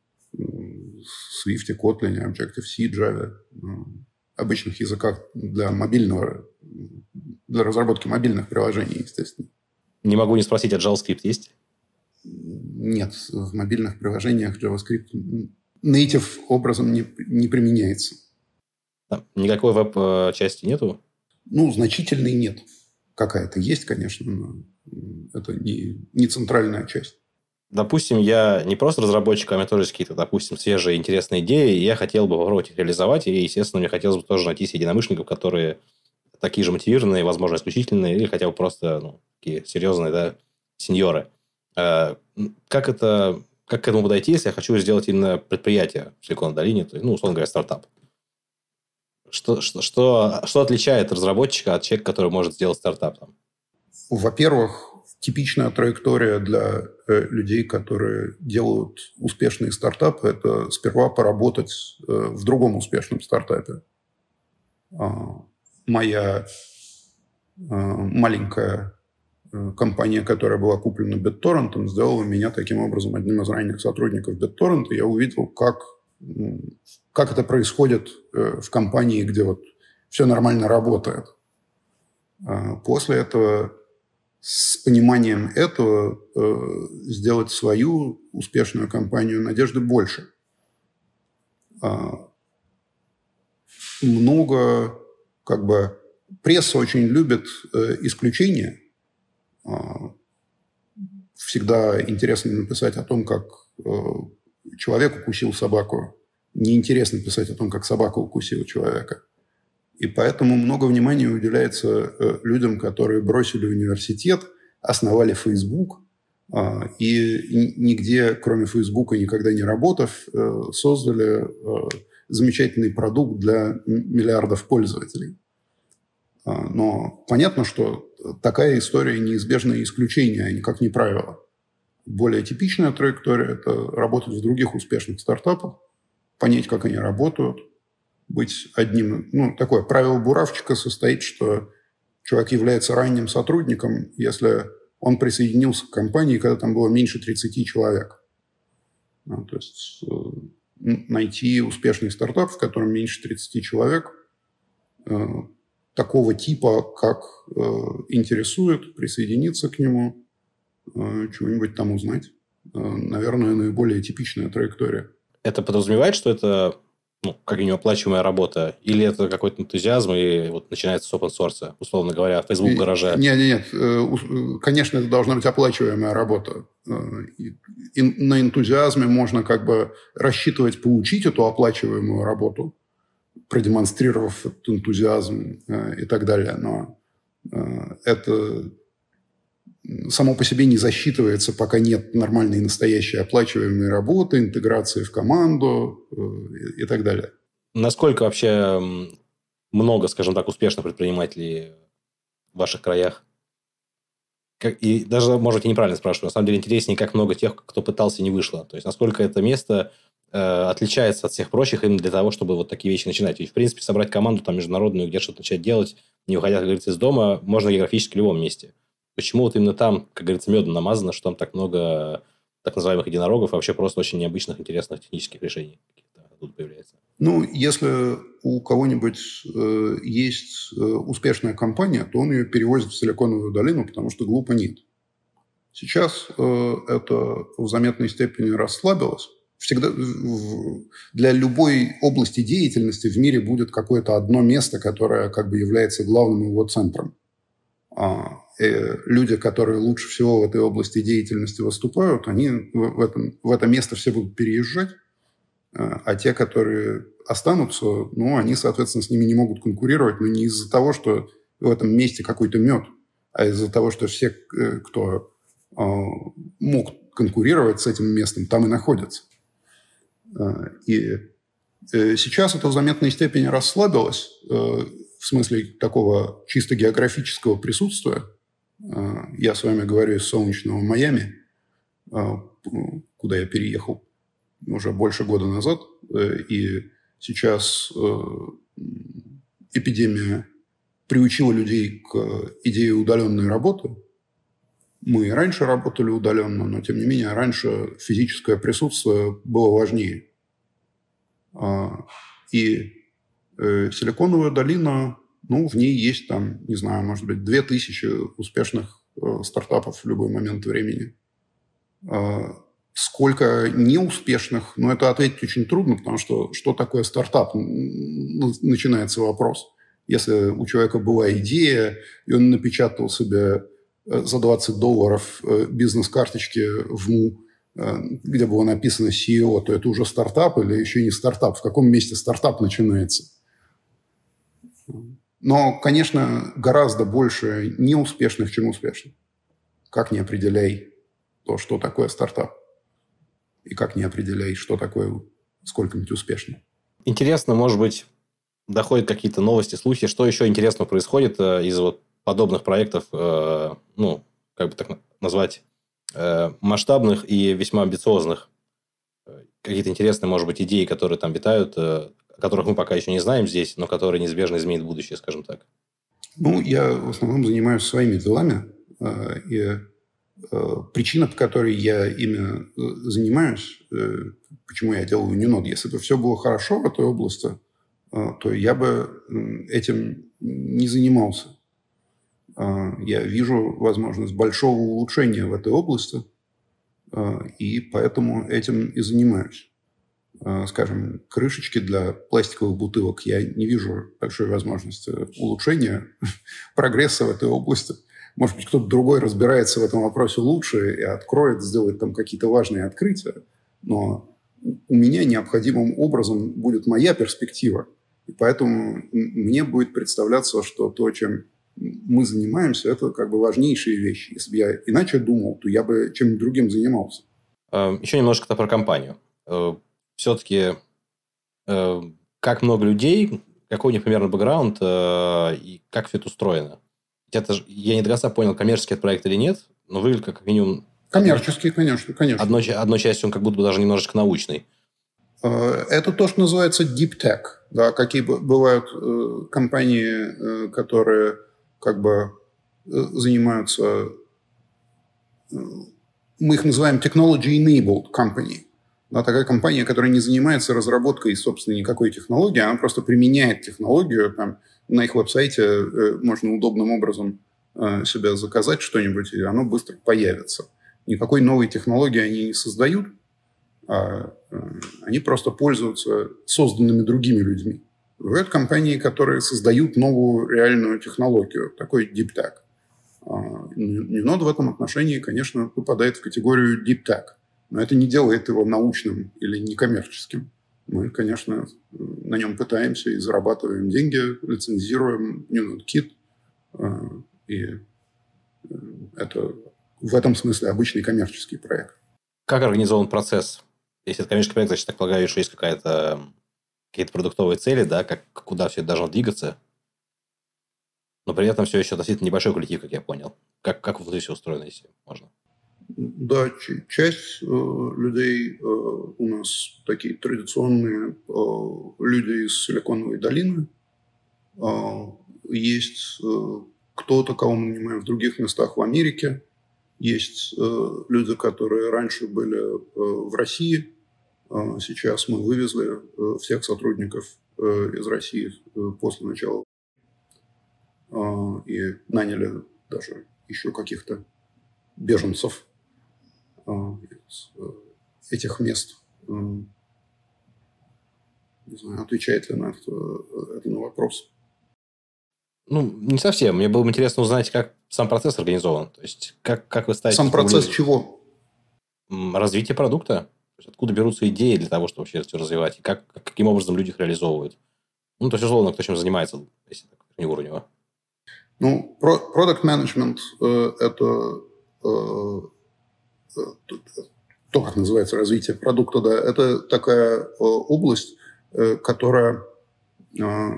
Swift, Kotlin, Objective-C, Java, обычных языках для мобильного, для разработки мобильных приложений, естественно. Не могу не спросить, а JavaScript есть? Нет, в мобильных приложениях JavaScript native образом не, не применяется. Да, никакой веб-части нету? Ну, значительной нет. Какая-то есть, конечно, но это не, не центральная часть. Допустим, я не просто разработчик, а у меня тоже есть какие-то, допустим, свежие интересные идеи, и я хотел бы попробовать их реализовать, и, естественно, мне хотелось бы тоже найти единомышленников, которые такие же мотивированные, возможно, исключительные, или хотя бы просто ну, такие серьезные, да, сеньоры. Как это, как к этому подойти, если я хочу сделать именно предприятие в Силиконовой долине, то есть, ну, условно говоря, стартап? Что, что, что, что отличает разработчика от человека, который может сделать стартап? Там? Во-первых, типичная траектория для э, людей, которые делают успешные стартапы, это сперва поработать э, в другом успешном стартапе. А, моя а, маленькая а, компания, которая была куплена BitTorrent, сделала меня таким образом одним из ранних сотрудников BitTorrent, и я увидел, как, как это происходит э, в компании, где вот все нормально работает. А, после этого с пониманием этого э, сделать свою успешную компанию надежды больше. А, много, как бы, пресса очень любит э, исключения. А, всегда интересно написать о том, как э, человек укусил собаку. Неинтересно писать о том, как собака укусила человека. И поэтому много внимания уделяется э, людям, которые бросили университет, основали Facebook, э, и нигде, кроме Facebook, никогда не работав, э, создали э, замечательный продукт для миллиардов пользователей. Э, но понятно, что такая история неизбежное исключение, а никак не правило. Более типичная траектория – это работать в других успешных стартапах, понять, как они работают, быть одним... Ну, такое правило буравчика состоит, что человек является ранним сотрудником, если он присоединился к компании, когда там было меньше тридцати человек. Ну, то есть э, найти успешный стартап, в котором меньше тридцати человек, э, такого типа, как э, интересует, присоединиться к нему, э, чего-нибудь там узнать. Э, наверное, наиболее типичная траектория. Это подразумевает, что это... ну, как минимум, оплачиваемая работа? Или это какой-то энтузиазм, и вот начинается с open source, условно говоря, Facebook в гараже? Нет, нет, нет. Конечно, это должна быть оплачиваемая работа. И на энтузиазме можно как бы рассчитывать получить эту оплачиваемую работу, продемонстрировав этот энтузиазм и так далее. Но это само по себе не засчитывается, пока нет нормальной настоящей оплачиваемой работы, интеграции в команду и, и так далее. Насколько вообще много, скажем так, успешных предпринимателей в ваших краях? Как, и даже, может, я неправильно спрашиваю, на самом деле интереснее, как много тех, кто пытался и не вышло. То есть, насколько это место э, отличается от всех прочих именно для того, чтобы вот такие вещи начинать. Ведь, в принципе, собрать команду там международную, где что-то начать делать, не уходя, как говорится, из дома, можно географически в любом месте. Почему вот именно там, как говорится, медом намазано, что там так много так называемых единорогов, и вообще просто очень необычных, интересных технических решений тут появляется? Ну, если у кого-нибудь э, есть э, успешная компания, то он ее перевозит в Силиконовую долину, потому что глупо нет. Сейчас э, это в заметной степени расслабилось. Всегда в, для любой области деятельности в мире будет какое-то одно место, которое как бы является главным его центром. А люди, которые лучше всего в этой области деятельности выступают, они в, этом, в это место все будут переезжать, а те, которые останутся, ну, они, соответственно, с ними не могут конкурировать, но не из-за того, что в этом месте какой-то мед, а из-за того, что все, кто мог конкурировать с этим местом, там и находятся. И сейчас это в заметной степени расслабилось, в смысле такого чисто географического присутствия. Я с вами говорю из солнечного Майами, куда я переехал уже больше года назад. И сейчас эпидемия приучила людей к идее удаленной работы. Мы и раньше работали удаленно, но, тем не менее, раньше физическое присутствие было важнее. И Силиконовая долина, ну, в ней есть там, не знаю, может быть, две тысячи успешных э, стартапов в любой момент времени. Э, сколько неуспешных, ну, это ответить очень трудно, потому что что такое стартап? Начинается вопрос. Если у человека была идея, и он напечатал себе за двадцать долларов бизнес-карточки в МУ, где было написано си и о, то это уже стартап или еще не стартап? В каком месте стартап начинается? Но, конечно, гораздо больше неуспешных, чем успешных. Как не определяй то, что такое стартап. И как не определяй, что такое сколько-нибудь успешно. Интересно, может быть, доходят какие-то новости, слухи, что еще интересного происходит э, из вот подобных проектов, э, ну, как бы так назвать, э, масштабных и весьма амбициозных. Какие-то интересные, может быть, идеи, которые там витают, э, о которых мы пока еще не знаем здесь, но которые неизбежно изменят будущее, скажем так. Ну, я в основном занимаюсь своими делами. Э, и э, причина, по которой я ими занимаюсь, э, почему я делаю Ninode, если бы все было хорошо в этой области, э, то я бы этим не занимался. Э, я вижу возможность большого улучшения в этой области, э, и поэтому этим и занимаюсь. Скажем, крышечки для пластиковых бутылок. Я не вижу большой возможности улучшения прогресса в этой области. Может быть, кто-то другой разбирается в этом вопросе лучше и откроет, сделает там какие-то важные открытия. Но у меня необходимым образом будет моя перспектива. И поэтому мне будет представляться, что то, чем мы занимаемся, это как бы важнейшие вещи. Если бы я иначе думал, то я бы чем-нибудь другим занимался. Еще немножко про компанию. Все-таки, э, как много людей, какой у них примерно бэкграунд э, и как все это устроено? Это, я не до конца понял, коммерческий это проект или нет, но выглядит как минимум... Коммерческий, конечно, конечно. Одной, одной частью он как будто бы даже немножечко научный. Это то, что называется deep tech. Да, какие бывают э, компании, э, которые как бы э, занимаются... Э, мы их называем technology-enabled company. Да, такая компания, которая не занимается разработкой, собственно, никакой технологии, она просто применяет технологию. Там, на их веб-сайте э, можно удобным образом э, себе заказать что-нибудь, и оно быстро появится. Никакой новой технологии они не создают, а э, они просто пользуются созданными другими людьми. Бывают компании, которые создают новую реальную технологию, такой deep tech. А, Ninode в этом отношении, конечно, попадает в категорию deep tech. Но это не делает его научным или некоммерческим. Мы, конечно, на нем пытаемся и зарабатываем деньги, лицензируем Ninode Kit. И это в этом смысле обычный коммерческий проект. Как организован процесс? Если это коммерческий проект, значит, так полагаю, что есть какая-то, какие-то продуктовые цели, да, как, куда все это должно двигаться. Но при этом все еще относительно небольшой коллектив, как я понял. Как, как внутри все устроено, если можно? Да, часть э, людей э, у нас такие традиционные э, люди из Силиконовой долины. Э, есть э, кто-то, кого мы нанимаем в других местах в Америке. Есть э, люди, которые раньше были э, в России. Э, сейчас мы вывезли э, всех сотрудников э, из России э, после начала э, и наняли даже еще каких-то беженцев из этих мест. Не знаю, отвечает ли на это, это на вопрос. Ну, не совсем. Мне было бы интересно узнать, как сам процесс организован. То есть, как, как вы ставите... Сам процесс чего? Развитие продукта. То есть, откуда берутся идеи для того, чтобы вообще это все развивать? И как, каким образом люди их реализовывают? Ну, то есть, условно, кто чем занимается, если так не уровнево. Ну, продакт менеджмент э, это... Э, то, как называется развитие продукта, да, это такая э, область, э, которая э,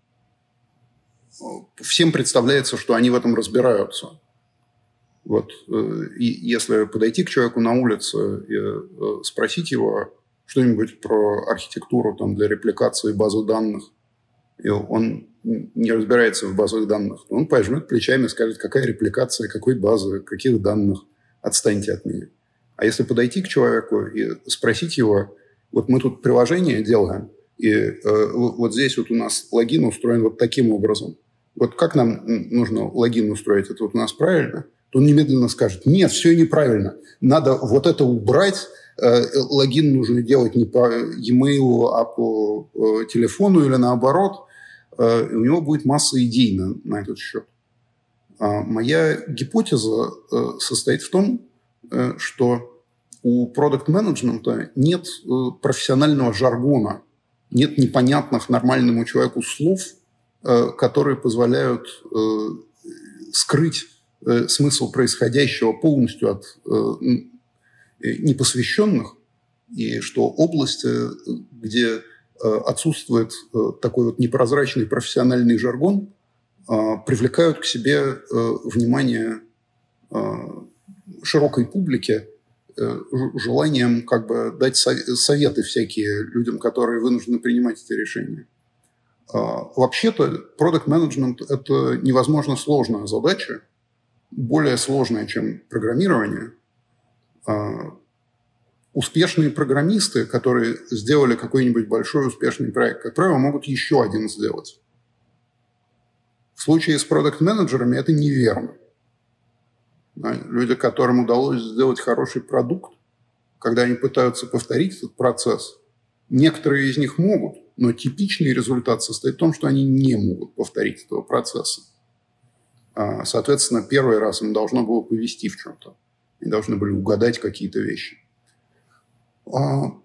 всем представляется, что они в этом разбираются. Вот, э, и если подойти к человеку на улице и э, спросить его что-нибудь про архитектуру там, для репликации базы данных, и он не разбирается в базах данных, то он пожмет плечами и скажет, какая репликация, какой базы, каких данных. Отстаньте от меня. А если подойти к человеку и спросить его, вот мы тут приложение делаем, и э, вот здесь вот у нас логин устроен вот таким образом. Вот как нам нужно логин устроить? Это вот у нас правильно? То он немедленно скажет, нет, все неправильно. Надо вот это убрать. Э, логин нужно делать не по e-mail, а по э, телефону или наоборот. Э, и у него будет масса идей на, на этот счет. Моя гипотеза состоит в том, что у продакт-менеджмента нет профессионального жаргона, нет непонятных нормальному человеку слов, которые позволяют скрыть смысл происходящего полностью от непосвященных, и что области, где отсутствует такой вот непрозрачный профессиональный жаргон, привлекают к себе внимание широкой публики желанием как бы дать советы всякие людям, которые вынуждены принимать эти решения. Вообще-то продакт-менеджмент – это невозможно сложная задача, более сложная, чем программирование. Успешные программисты, которые сделали какой-нибудь большой успешный проект, как правило, могут еще один сделать. В случае с продакт-менеджерами это неверно. Люди, которым удалось сделать хороший продукт, когда они пытаются повторить этот процесс, некоторые из них могут, но типичный результат состоит в том, что они не могут повторить этого процесса. Соответственно, первый раз им должно было повести в чем-то. Они должны были угадать какие-то вещи. В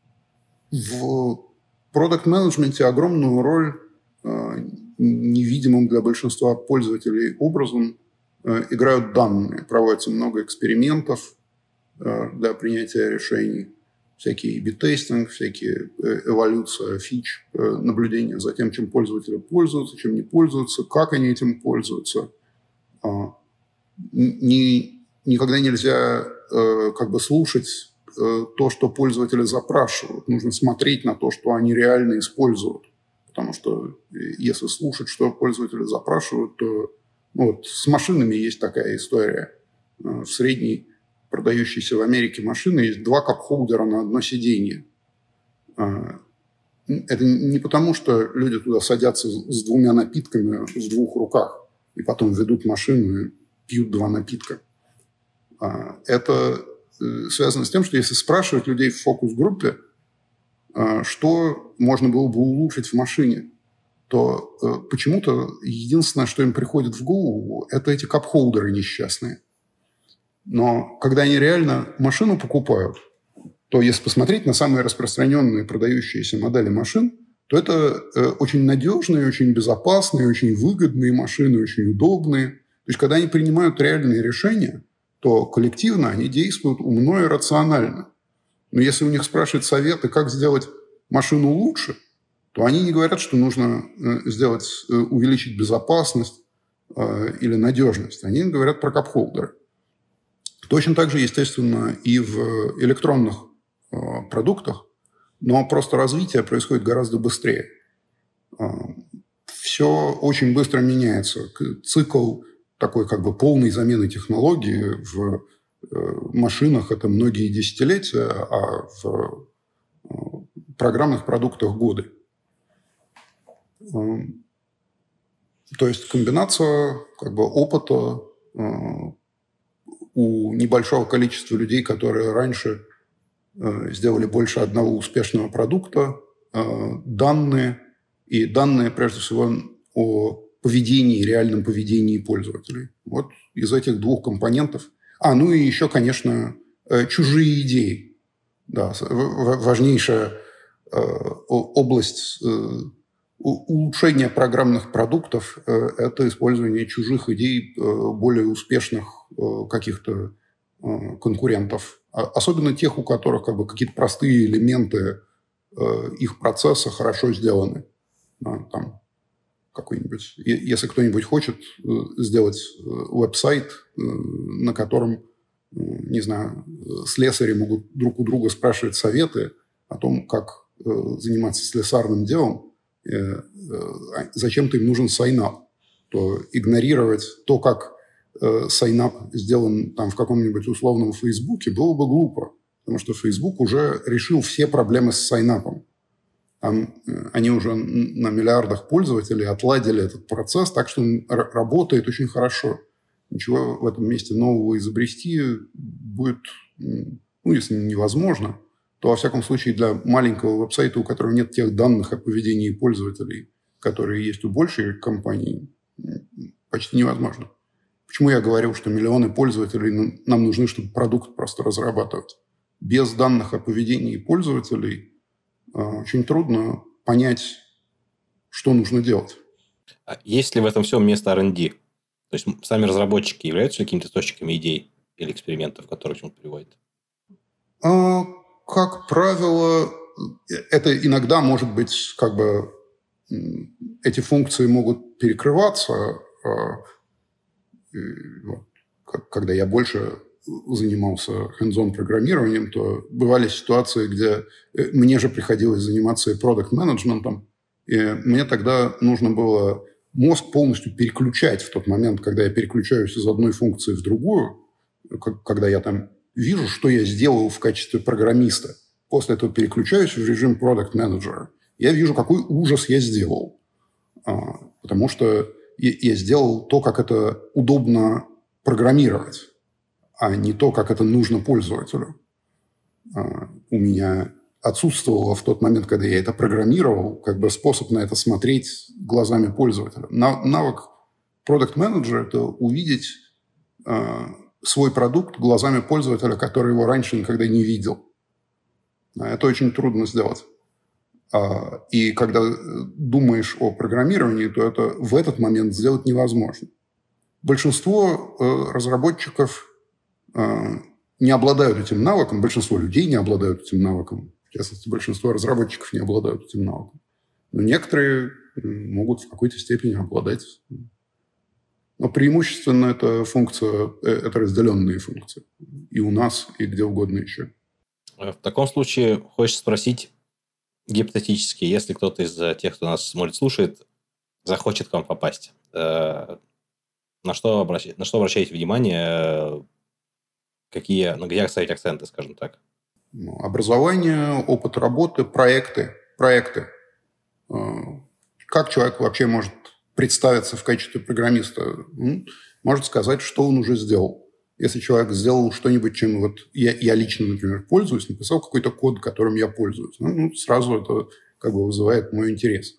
продакт-менеджменте огромную роль невидимым для большинства пользователей образом играют данные. Проводится много экспериментов для принятия решений. Всякие эй би-тестинг, всякие эволюция фич, наблюдение за тем, чем пользователи пользуются, чем не пользуются, как они этим пользуются. Ни, никогда нельзя как бы слушать то, что пользователи запрашивают. Нужно смотреть на то, что они реально используют. Потому что если слушать, что пользователи запрашивают, то ну, вот с машинами есть такая история. В средней продающейся в Америке машины есть два кап-холдера на одно сиденье. Это не потому, что люди туда садятся с двумя напитками в двух руках и потом ведут машину и пьют два напитка. Это связано с тем, что если спрашивать людей в фокус-группе, что можно было бы улучшить в машине, то почему-то единственное, что им приходит в голову, это эти кап-холдеры несчастные. Но когда они реально машину покупают, то если посмотреть на самые распространенные продающиеся модели машин, то это очень надежные, очень безопасные, очень выгодные машины, очень удобные. То есть, когда они принимают реальные решения, то коллективно они действуют умно и рационально. Но если у них спрашивают советы, как сделать машину лучше, то они не говорят, что нужно сделать, увеличить безопасность или надежность. Они говорят про кап-холдеры. Точно так же, естественно, и в электронных продуктах, но просто развитие происходит гораздо быстрее. Все очень быстро меняется. Цикл такой как бы полной замены технологий в машинах – это многие десятилетия, а в программных продуктах – годы. То есть комбинация как бы опыта у небольшого количества людей, которые раньше сделали больше одного успешного продукта, данные, и данные, прежде всего, о поведении, реальном поведении пользователей. Вот из этих двух компонентов. А, ну и еще, конечно, чужие идеи. Да, важнейшая область улучшения программных продуктов – это использование чужих идей более успешных каких-то конкурентов. Особенно тех, у которых как бы какие-то простые элементы их процесса хорошо сделаны. Там какой-нибудь, если кто-нибудь хочет сделать веб-сайт, на котором, не знаю, слесари могут друг у друга спрашивать советы о том, как заниматься слесарным делом, зачем-то им нужен сайнап, то игнорировать то, как сайнап сделан там в каком-нибудь условном Фейсбуке, было бы глупо, потому что Facebook уже решил все проблемы с сайнапом. Там они уже на миллиардах пользователей отладили этот процесс, так что он работает очень хорошо. Ничего в этом месте нового изобрести будет, ну, если невозможно, то, во всяком случае, для маленького веб-сайта, у которого нет тех данных о поведении пользователей, которые есть у большей компании, почти невозможно. Почему я говорил, что миллионы пользователей нам нужны, чтобы продукт просто разрабатывать? Без данных о поведении пользователей очень трудно понять, что нужно делать. А есть ли в этом всем место ар энд ди? То есть сами разработчики являются какими-то источниками идей или экспериментов, которые к чему-то приводят? А, как правило, это иногда может быть, как бы, эти функции могут перекрываться. Когда я больше занимался hands-on программированием, то бывали ситуации, где мне же приходилось заниматься и продакт-менеджментом, и мне тогда нужно было мозг полностью переключать в тот момент, когда я переключаюсь из одной функции в другую, когда я там вижу, что я сделал в качестве программиста. После этого переключаюсь в режим продакт-менеджера. Я вижу, какой ужас я сделал. Потому что я сделал то, как это удобно программировать, а не то, как это нужно пользователю. У меня отсутствовало в тот момент, когда я это программировал, как бы способ на это смотреть глазами пользователя. Навык продакт-менеджера – это увидеть свой продукт глазами пользователя, который его раньше никогда не видел. Это очень трудно сделать. И когда думаешь о программировании, то это в этот момент сделать невозможно. Большинство разработчиков не обладают этим навыком, большинство людей не обладают этим навыком. В частности, большинство разработчиков не обладают этим навыком. Но некоторые могут в какой-то степени обладать. Но преимущественно это функция, это разделенные функции. И у нас, и где угодно еще. В таком случае хочется спросить гипотетически, если кто-то из тех, кто нас смотрит, слушает, захочет к вам попасть, на что обращаете, на что обращаете внимание, какие, на где ставить акценты, скажем так? Образование, опыт работы, проекты. Проекты. Как человек вообще может представиться в качестве программиста? Он может сказать, что он уже сделал. Если человек сделал что-нибудь, чем вот я, я лично, например, пользуюсь, написал какой-то код, которым я пользуюсь, ну, сразу это как бы вызывает мой интерес.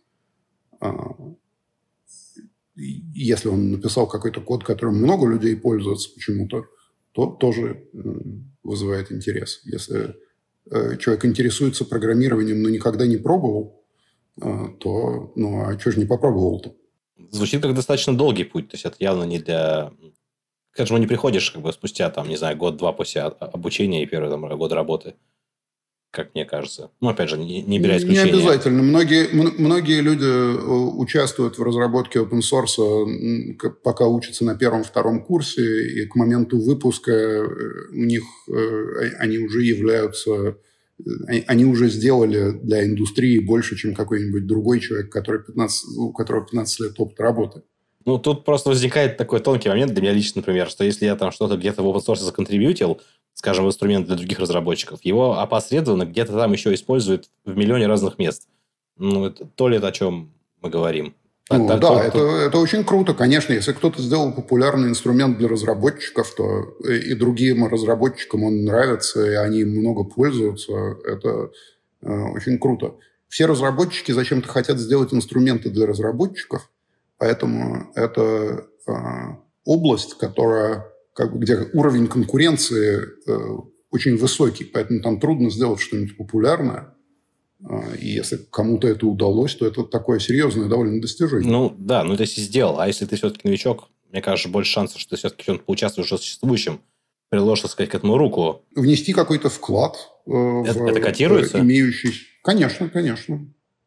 Если он написал какой-то код, которым много людей пользуются почему-то, то тоже вызывает интерес. Если человек интересуется программированием, но никогда не пробовал, то ну а что же не попробовал-то? Звучит как достаточно долгий путь. То есть это явно не для... К этому не приходишь как бы спустя, там, не знаю, год-два после обучения и первый там, год работы, как мне кажется. Ну, опять же, не, не беря исключения. Не обязательно. Многие, многие люди участвуют в разработке open source, пока учатся на первом-втором курсе, и к моменту выпуска у них они уже являются... Они уже сделали для индустрии больше, чем какой-нибудь другой человек, который пятнадцать, у которого пятнадцать лет опыта работы. Ну, тут просто возникает такой тонкий момент для меня лично, например, что если я там что-то где-то в open source законтрибьютил, скажем, инструмент для других разработчиков, его опосредованно где-то там еще используют в миллионе разных мест. Ну, это то ли это, о чем мы говорим. Ну, это, да, то, это, то... это очень круто. Конечно, если кто-то сделал популярный инструмент для разработчиков, то и другим разработчикам он нравится, и они много пользуются. Это э, очень круто. Все разработчики зачем-то хотят сделать инструменты для разработчиков, поэтому это э, область, которая, как бы, где уровень конкуренции э, очень высокий, поэтому там трудно сделать что-нибудь популярное. И если кому-то это удалось, то это такое серьезное довольно достижение. Ну, да, ну, ты если сделал. А если ты все-таки новичок, мне кажется, больше шансов, что ты все-таки чем-то поучаствуешь в существующем, приложишь, так сказать, к этому руку. Внести какой-то вклад э, это, в это котируется? имеющийся. Конечно, конечно.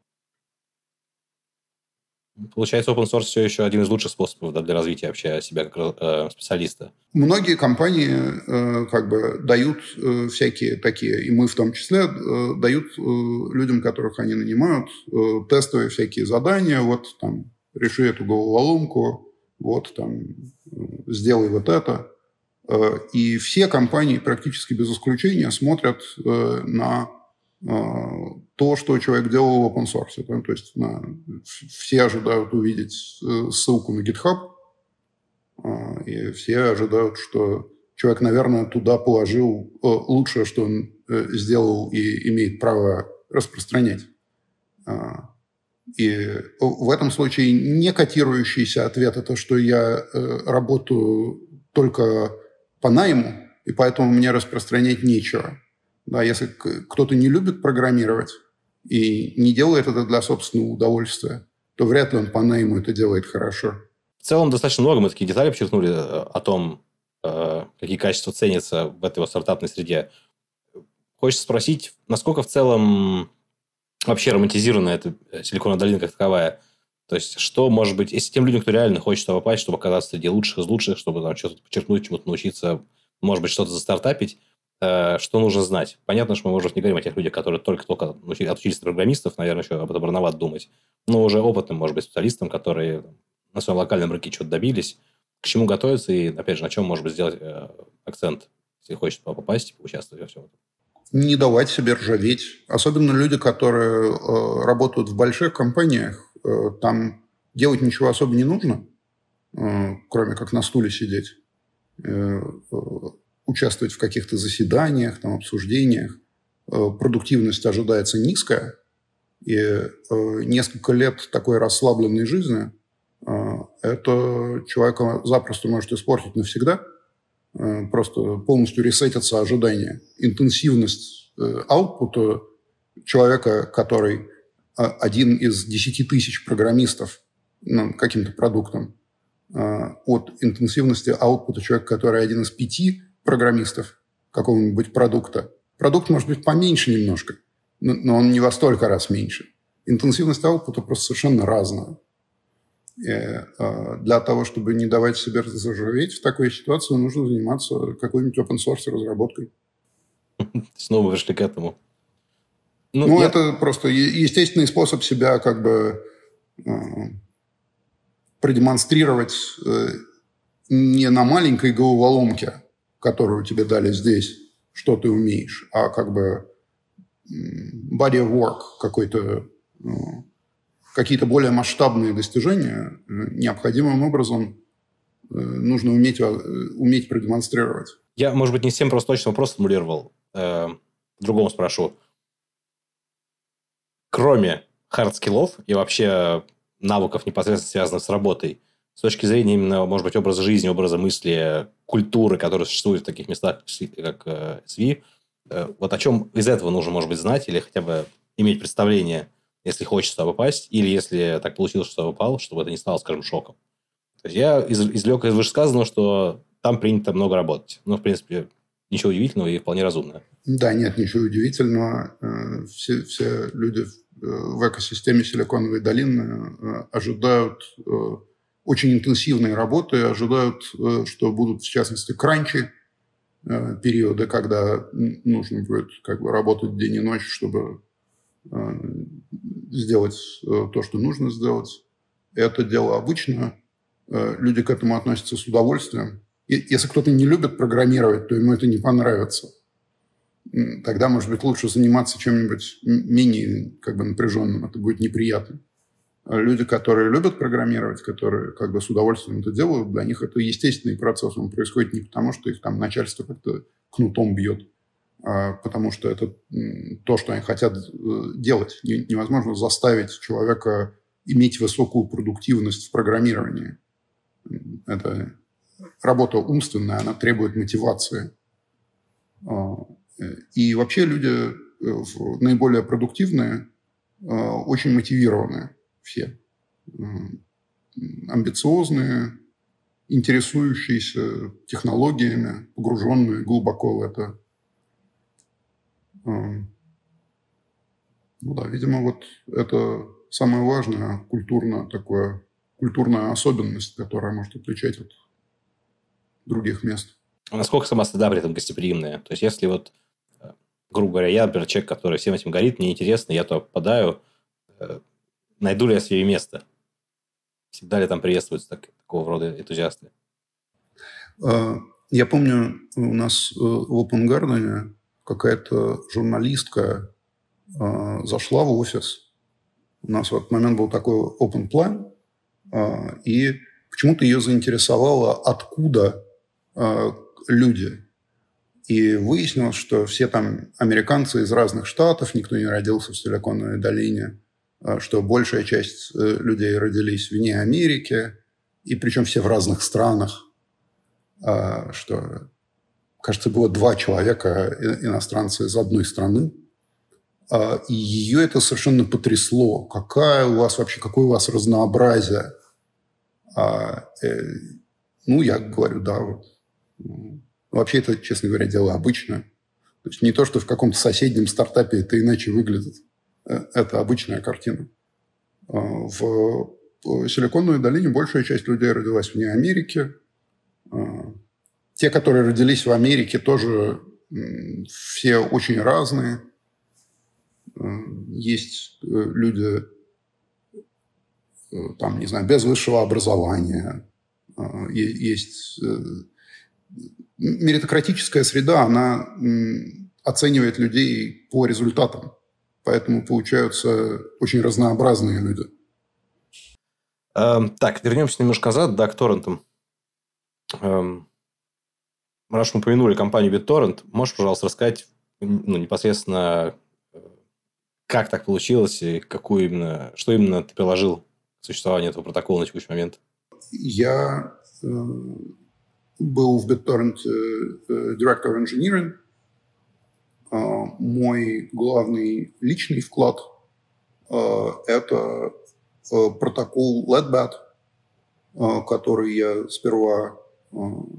Получается, open source все еще один из лучших способов, да, для развития вообще себя как э, специалиста. Многие компании э, как бы дают э, всякие такие, и мы в том числе, э, дают э, людям, которых они нанимают, э, тестовые всякие задания. Вот там реши эту головоломку, вот там сделай вот это. Э, и все компании практически без исключения смотрят э, на то, что человек делал в open source. Да? То есть на, все ожидают увидеть ссылку на GitHub, и все ожидают, что человек, наверное, туда положил лучшее, что он сделал и имеет право распространять. И в этом случае не котирующийся ответ – это что я работаю только по найму, и поэтому мне распространять нечего. Да, если кто-то не любит программировать и не делает это для собственного удовольствия, то вряд ли он по найму это делает хорошо. В целом, достаточно много мы такие детали подчеркнули о том, какие качества ценятся в этой вот стартапной среде. Хочется спросить, насколько в целом вообще романтизирована эта Силиконовая долина как таковая? То есть, что может быть, если тем людям, кто реально хочет туда попасть, чтобы оказаться среди лучших из лучших, чтобы там что-то подчеркнуть, чему-то научиться, может быть, что-то застартапить, э, что нужно знать? Понятно, что мы, может, не говорим о тех людях, которые только-только отучились от программистов, наверное, еще об этом рановато думать, но уже опытным, может быть, специалистам, которые на своем локальном рынке что-то добились, к чему готовиться и, опять же, на чем, может быть, сделать э, акцент, если хочет туда попасть, поучаствовать во всем этом. Не давать себе ржаветь. Особенно люди, которые э, работают в больших компаниях, э, там делать ничего особо не нужно, э, кроме как на стуле сидеть, э, э, участвовать в каких-то заседаниях, там, обсуждениях. Э, продуктивность ожидается низкая, и э, несколько лет такой расслабленной жизни э, это человека запросто может испортить навсегда. Просто полностью ресетятся ожидания. Интенсивность аутпута человека, который один из десяти тысяч программистов ну, каким-то продуктом, от интенсивности аутпута человека, который один из пяти программистов какого-нибудь продукта. Продукт может быть поменьше немножко, но он не во столько раз меньше. Интенсивность аутпута просто совершенно разная. И для того, чтобы не давать себе заржаветь в такой ситуации, нужно заниматься какой-нибудь open-source разработкой. Снова пришли к этому. Ну, ну я... это просто естественный способ себя как бы э, продемонстрировать э, не на маленькой головоломке, которую тебе дали здесь, что ты умеешь, а как бы body of work какой-то... Э, какие-то более масштабные достижения необходимым образом нужно уметь, уметь продемонстрировать. Я, может быть, не всем просто точно вопрос сформулировал. Э, другому спрошу. Кроме хард-скиллов и вообще навыков, непосредственно связанных с работой, с точки зрения именно, может быть, образа жизни, образа мысли, культуры, которые существуют в таких местах, как эс ви, э, вот о чем из этого нужно, может быть, знать или хотя бы иметь представление, если хочется туда попасть, или если так получилось, что туда попал, чтобы это не стало, скажем, шоком. То есть я из, извлек из вышесказанного, что там принято много работать. Ну, в принципе, ничего удивительного и вполне разумно. Да, нет, ничего удивительного. Все, все люди в экосистеме Силиконовой долины ожидают очень интенсивной работы, ожидают, что будут, в частности, кранчи, периоды, когда нужно будет как бы работать день и ночь, чтобы сделать то, что нужно сделать. Это дело обычное. Люди к этому относятся с удовольствием. И если кто-то не любит программировать, то ему это не понравится. Тогда, может быть, лучше заниматься чем-нибудь менее как бы напряженным. Это будет неприятно. А люди, которые любят программировать, которые как бы с удовольствием это делают, для них это естественный процесс. Он происходит не потому, что их там начальство как-то кнутом бьет, потому что это то, что они хотят делать. Невозможно заставить человека иметь высокую продуктивность в программировании. Это работа умственная, она требует мотивации. И вообще люди наиболее продуктивные, очень мотивированные все. Амбициозные, интересующиеся технологиями, погруженные глубоко в это. Ну да, видимо, вот это самое важное, культурное такое, культурная особенность, которая может отличать от других мест. А насколько сама среда при этом гостеприимная? То есть, если вот, грубо говоря, я, например, человек, который всем этим горит, мне интересно, я туда попадаю, найду ли я себе место? Всегда ли там приветствуются так, такого рода энтузиасты? Я помню, у нас в Open Garden какая-то журналистка э, зашла в офис. У нас в этот момент был такой open plan, э, и почему-то ее заинтересовало, откуда э, люди. И выяснилось, что все там американцы из разных штатов, никто не родился в Силиконовой долине, э, что большая часть э, людей родились вне Америки, и причем все в разных странах, э, что... Кажется, было два человека иностранца из одной страны. И ее это совершенно потрясло. Какая у вас вообще, какое у вас разнообразие? Ну, я говорю, да. Вообще это, честно говоря, дело обычное. То есть не то, что в каком-то соседнем стартапе это иначе выглядит. Это обычная картина. В Силиконовой долине большая часть людей родилась вне Америки. Те, которые родились в Америке, тоже все очень разные. Есть люди, там, не знаю, без высшего образования. Есть меритократическая среда, она оценивает людей по результатам. Поэтому получаются очень разнообразные люди. Эм, так, вернемся немножко назад, да, к торрентам. Эм, раз мы упомянули компанию BitTorrent, можешь, пожалуйста, рассказать ну, непосредственно, как так получилось и какую именно, что именно ты приложил к существованию этого протокола на текущий момент? Я э, был в BitTorrent э, Director of Engineering. Э, мой главный личный вклад э, – это э, протокол Ledbat, э, который я сперва э,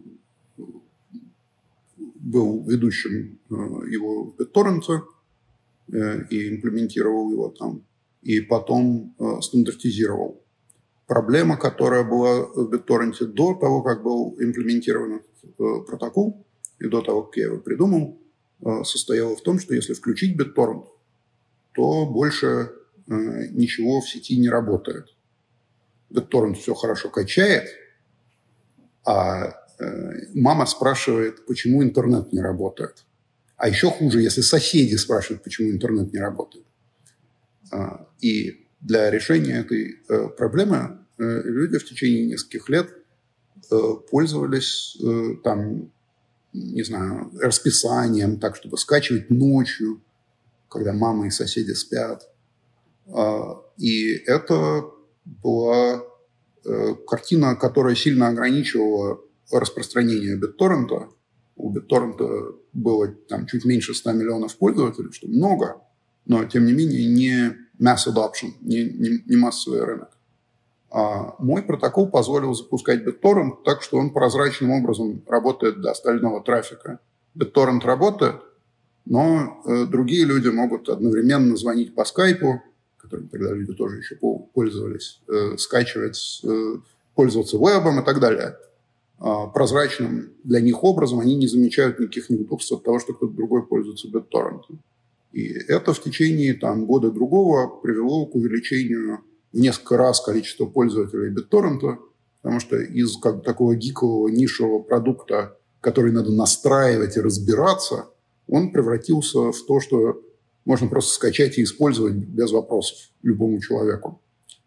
был ведущим э, его в BitTorrent э, и имплементировал его там, и потом э, стандартизировал. Проблема, которая была в BitTorrent до того, как был имплементирован э, протокол, и до того, как я его придумал, э, состояла в том, что если включить BitTorrent, то больше э, ничего в сети не работает. BitTorrent все хорошо качает, а э, мама спрашивает, почему интернет не работает. А еще хуже, если соседи спрашивают, почему интернет не работает. Э, и для решения этой э, проблемы э, люди в течение нескольких лет э, пользовались э, там, не знаю, расписанием, так, чтобы скачивать ночью, когда мама и соседи спят. Э, и это была э, картина, которая сильно ограничивала распространение BitTorrent. У BitTorrent было там, чуть меньше ста миллионов пользователей, что много, но, тем не менее, не mass adoption, не, не, не массовый рынок. А мой протокол позволил запускать BitTorrent так, что он прозрачным образом работает для остального трафика. BitTorrent работает, но э, другие люди могут одновременно звонить по скайпу, которым тогда люди тоже еще пользовались, э, скачивать, э, пользоваться вебом и так далее. А прозрачным для них образом они не замечают никаких неудобств от того, что кто-то другой пользуется BitTorrent. И это в течение там, года-другого привело к увеличению в несколько раз количества пользователей BitTorrent, потому что из как, такого гикового нишевого продукта, который надо настраивать и разбираться, он превратился в то, что можно просто скачать и использовать без вопросов любому человеку.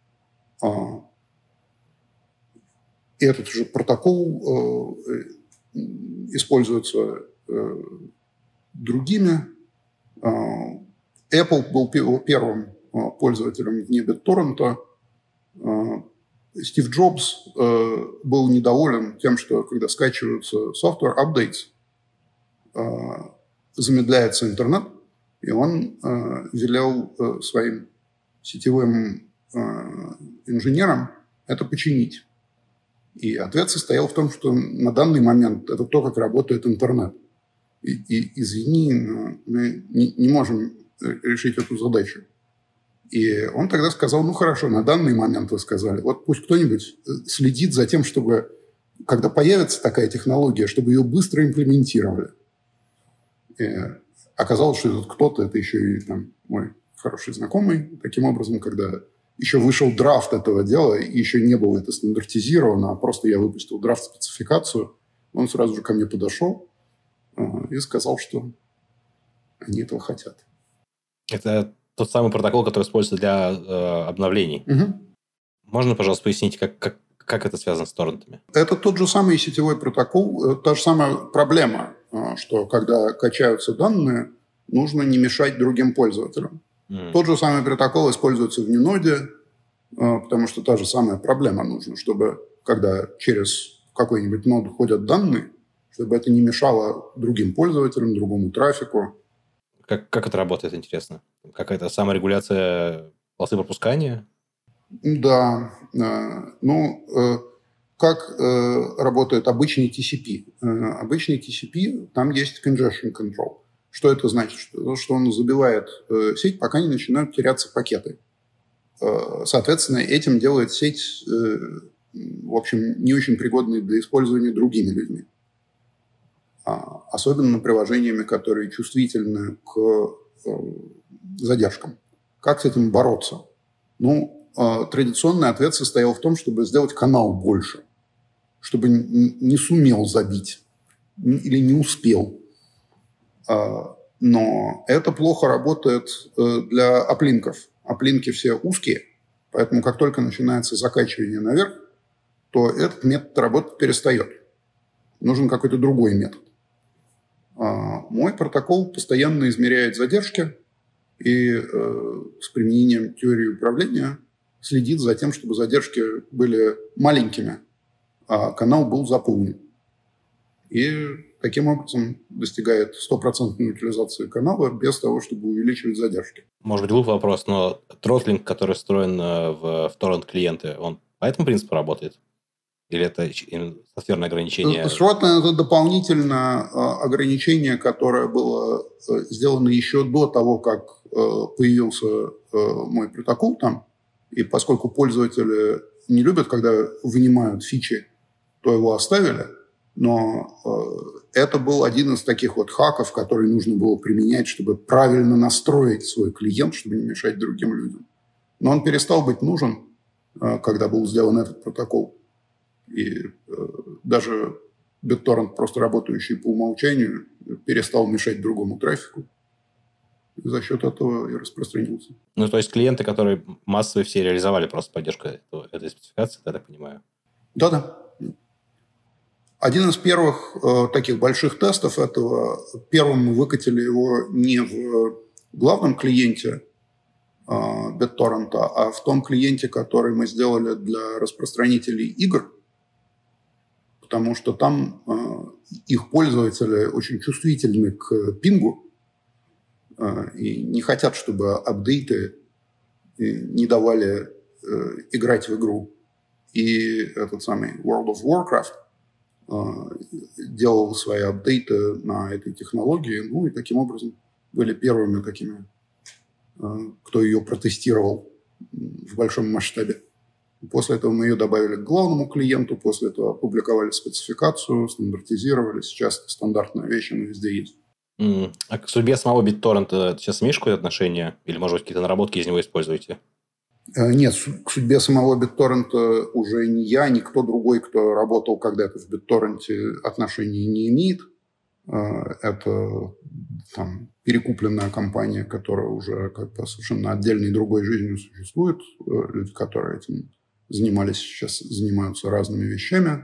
Этот же протокол э, используется э, другими. Apple был первым пользователем вне BitTorrent. Стив Джобс был недоволен тем, что когда скачиваются software updates, замедляется интернет, и он велел своим сетевым инженерам это починить. И ответ состоял в том, что на данный момент это то, как работает интернет. И, и, извини, но мы не, не можем решить эту задачу. И он тогда сказал, ну хорошо, на данный момент вы сказали, вот пусть кто-нибудь следит за тем, чтобы, когда появится такая технология, чтобы ее быстро имплементировали. И оказалось, что этот кто-то, это еще и там, мой хороший знакомый. Таким образом, когда еще вышел драфт этого дела, и еще не было это стандартизировано, а просто я выпустил драфт-спецификацию, он сразу же ко мне подошел и сказал, что они этого хотят. Это тот самый протокол, который используется для э, обновлений. Угу. Можно, пожалуйста, пояснить, как, как, как это связано с торрентами? Это тот же самый сетевой протокол, та же самая проблема, что когда качаются данные, нужно не мешать другим пользователям. Mm. Тот же самый протокол используется в Node, потому что та же самая проблема нужна, чтобы когда через какой-нибудь нод ходят данные, чтобы это не мешало другим пользователям, другому трафику. Как, как это работает, интересно? Какая-то саморегуляция полосы пропускания? Да. Ну, как работает обычный ти си пи? Обычный ти си пи, там есть congestion control. Что это значит? Что он забивает сеть, пока не начинают теряться пакеты. Соответственно, этим делает сеть, в общем, не очень пригодной для использования другими людьми. Особенно приложениями, которые чувствительны к задержкам. Как с этим бороться? Ну, традиционный ответ состоял в том, чтобы сделать канал больше, чтобы не сумел забить или не успел. Но это плохо работает для аплинков. Аплинки все узкие, поэтому как только начинается закачивание наверх, то этот метод работать перестает. Нужен какой-то другой метод. Мой протокол постоянно измеряет задержки и с применением теории управления следит за тем, чтобы задержки были маленькими, а канал был заполнен. И таким образом достигает стопроцентной утилизации канала без того, чтобы увеличивать задержки. Может быть, глупый вопрос, но тротлинг, который встроен в, в торрент-клиенты, он по этому принципу работает? Или это софтверное ограничение? Throttling – это дополнительное ограничение, которое было сделано еще до того, как появился мой протокол там. И поскольку пользователи не любят, когда вынимают фичи, то его оставили. Но э, это был один из таких вот хаков, который нужно было применять, чтобы правильно настроить свой клиент, чтобы не мешать другим людям. Но он перестал быть нужен, э, когда был сделан этот протокол. И э, даже BitTorrent, просто работающий по умолчанию, перестал мешать другому трафику. И за счет этого и распространился. Ну, то есть клиенты, которые массово все реализовали просто поддержку этой спецификации, я так понимаю? Да-да. Один из первых э, таких больших тестов этого, первым мы выкатили его не в главном клиенте э, BitTorrent, а в том клиенте, который мы сделали для распространителей игр, потому что там э, их пользователи очень чувствительны к пингу э, и не хотят, чтобы апдейты не давали э, играть в игру. И этот самый World of Warcraft делал свои апдейты на этой технологии, ну и таким образом были первыми такими, кто ее протестировал в большом масштабе. После этого мы ее добавили к главному клиенту, после этого опубликовали спецификацию, стандартизировали. Сейчас это стандартная вещь, она везде есть. Mm. А к судьбе самого BitTorrent сейчас имеешь какое-то отношение? Или, может быть, какие-то наработки из него используете? Нет, к судьбе самого BitTorrent уже ни я, ни кто другой, кто работал когда-то в BitTorrent, отношения не имеет. Это там, перекупленная компания, которая уже как бы совершенно отдельной другой жизнью существует. Люди, которые этим занимались, сейчас занимаются разными вещами.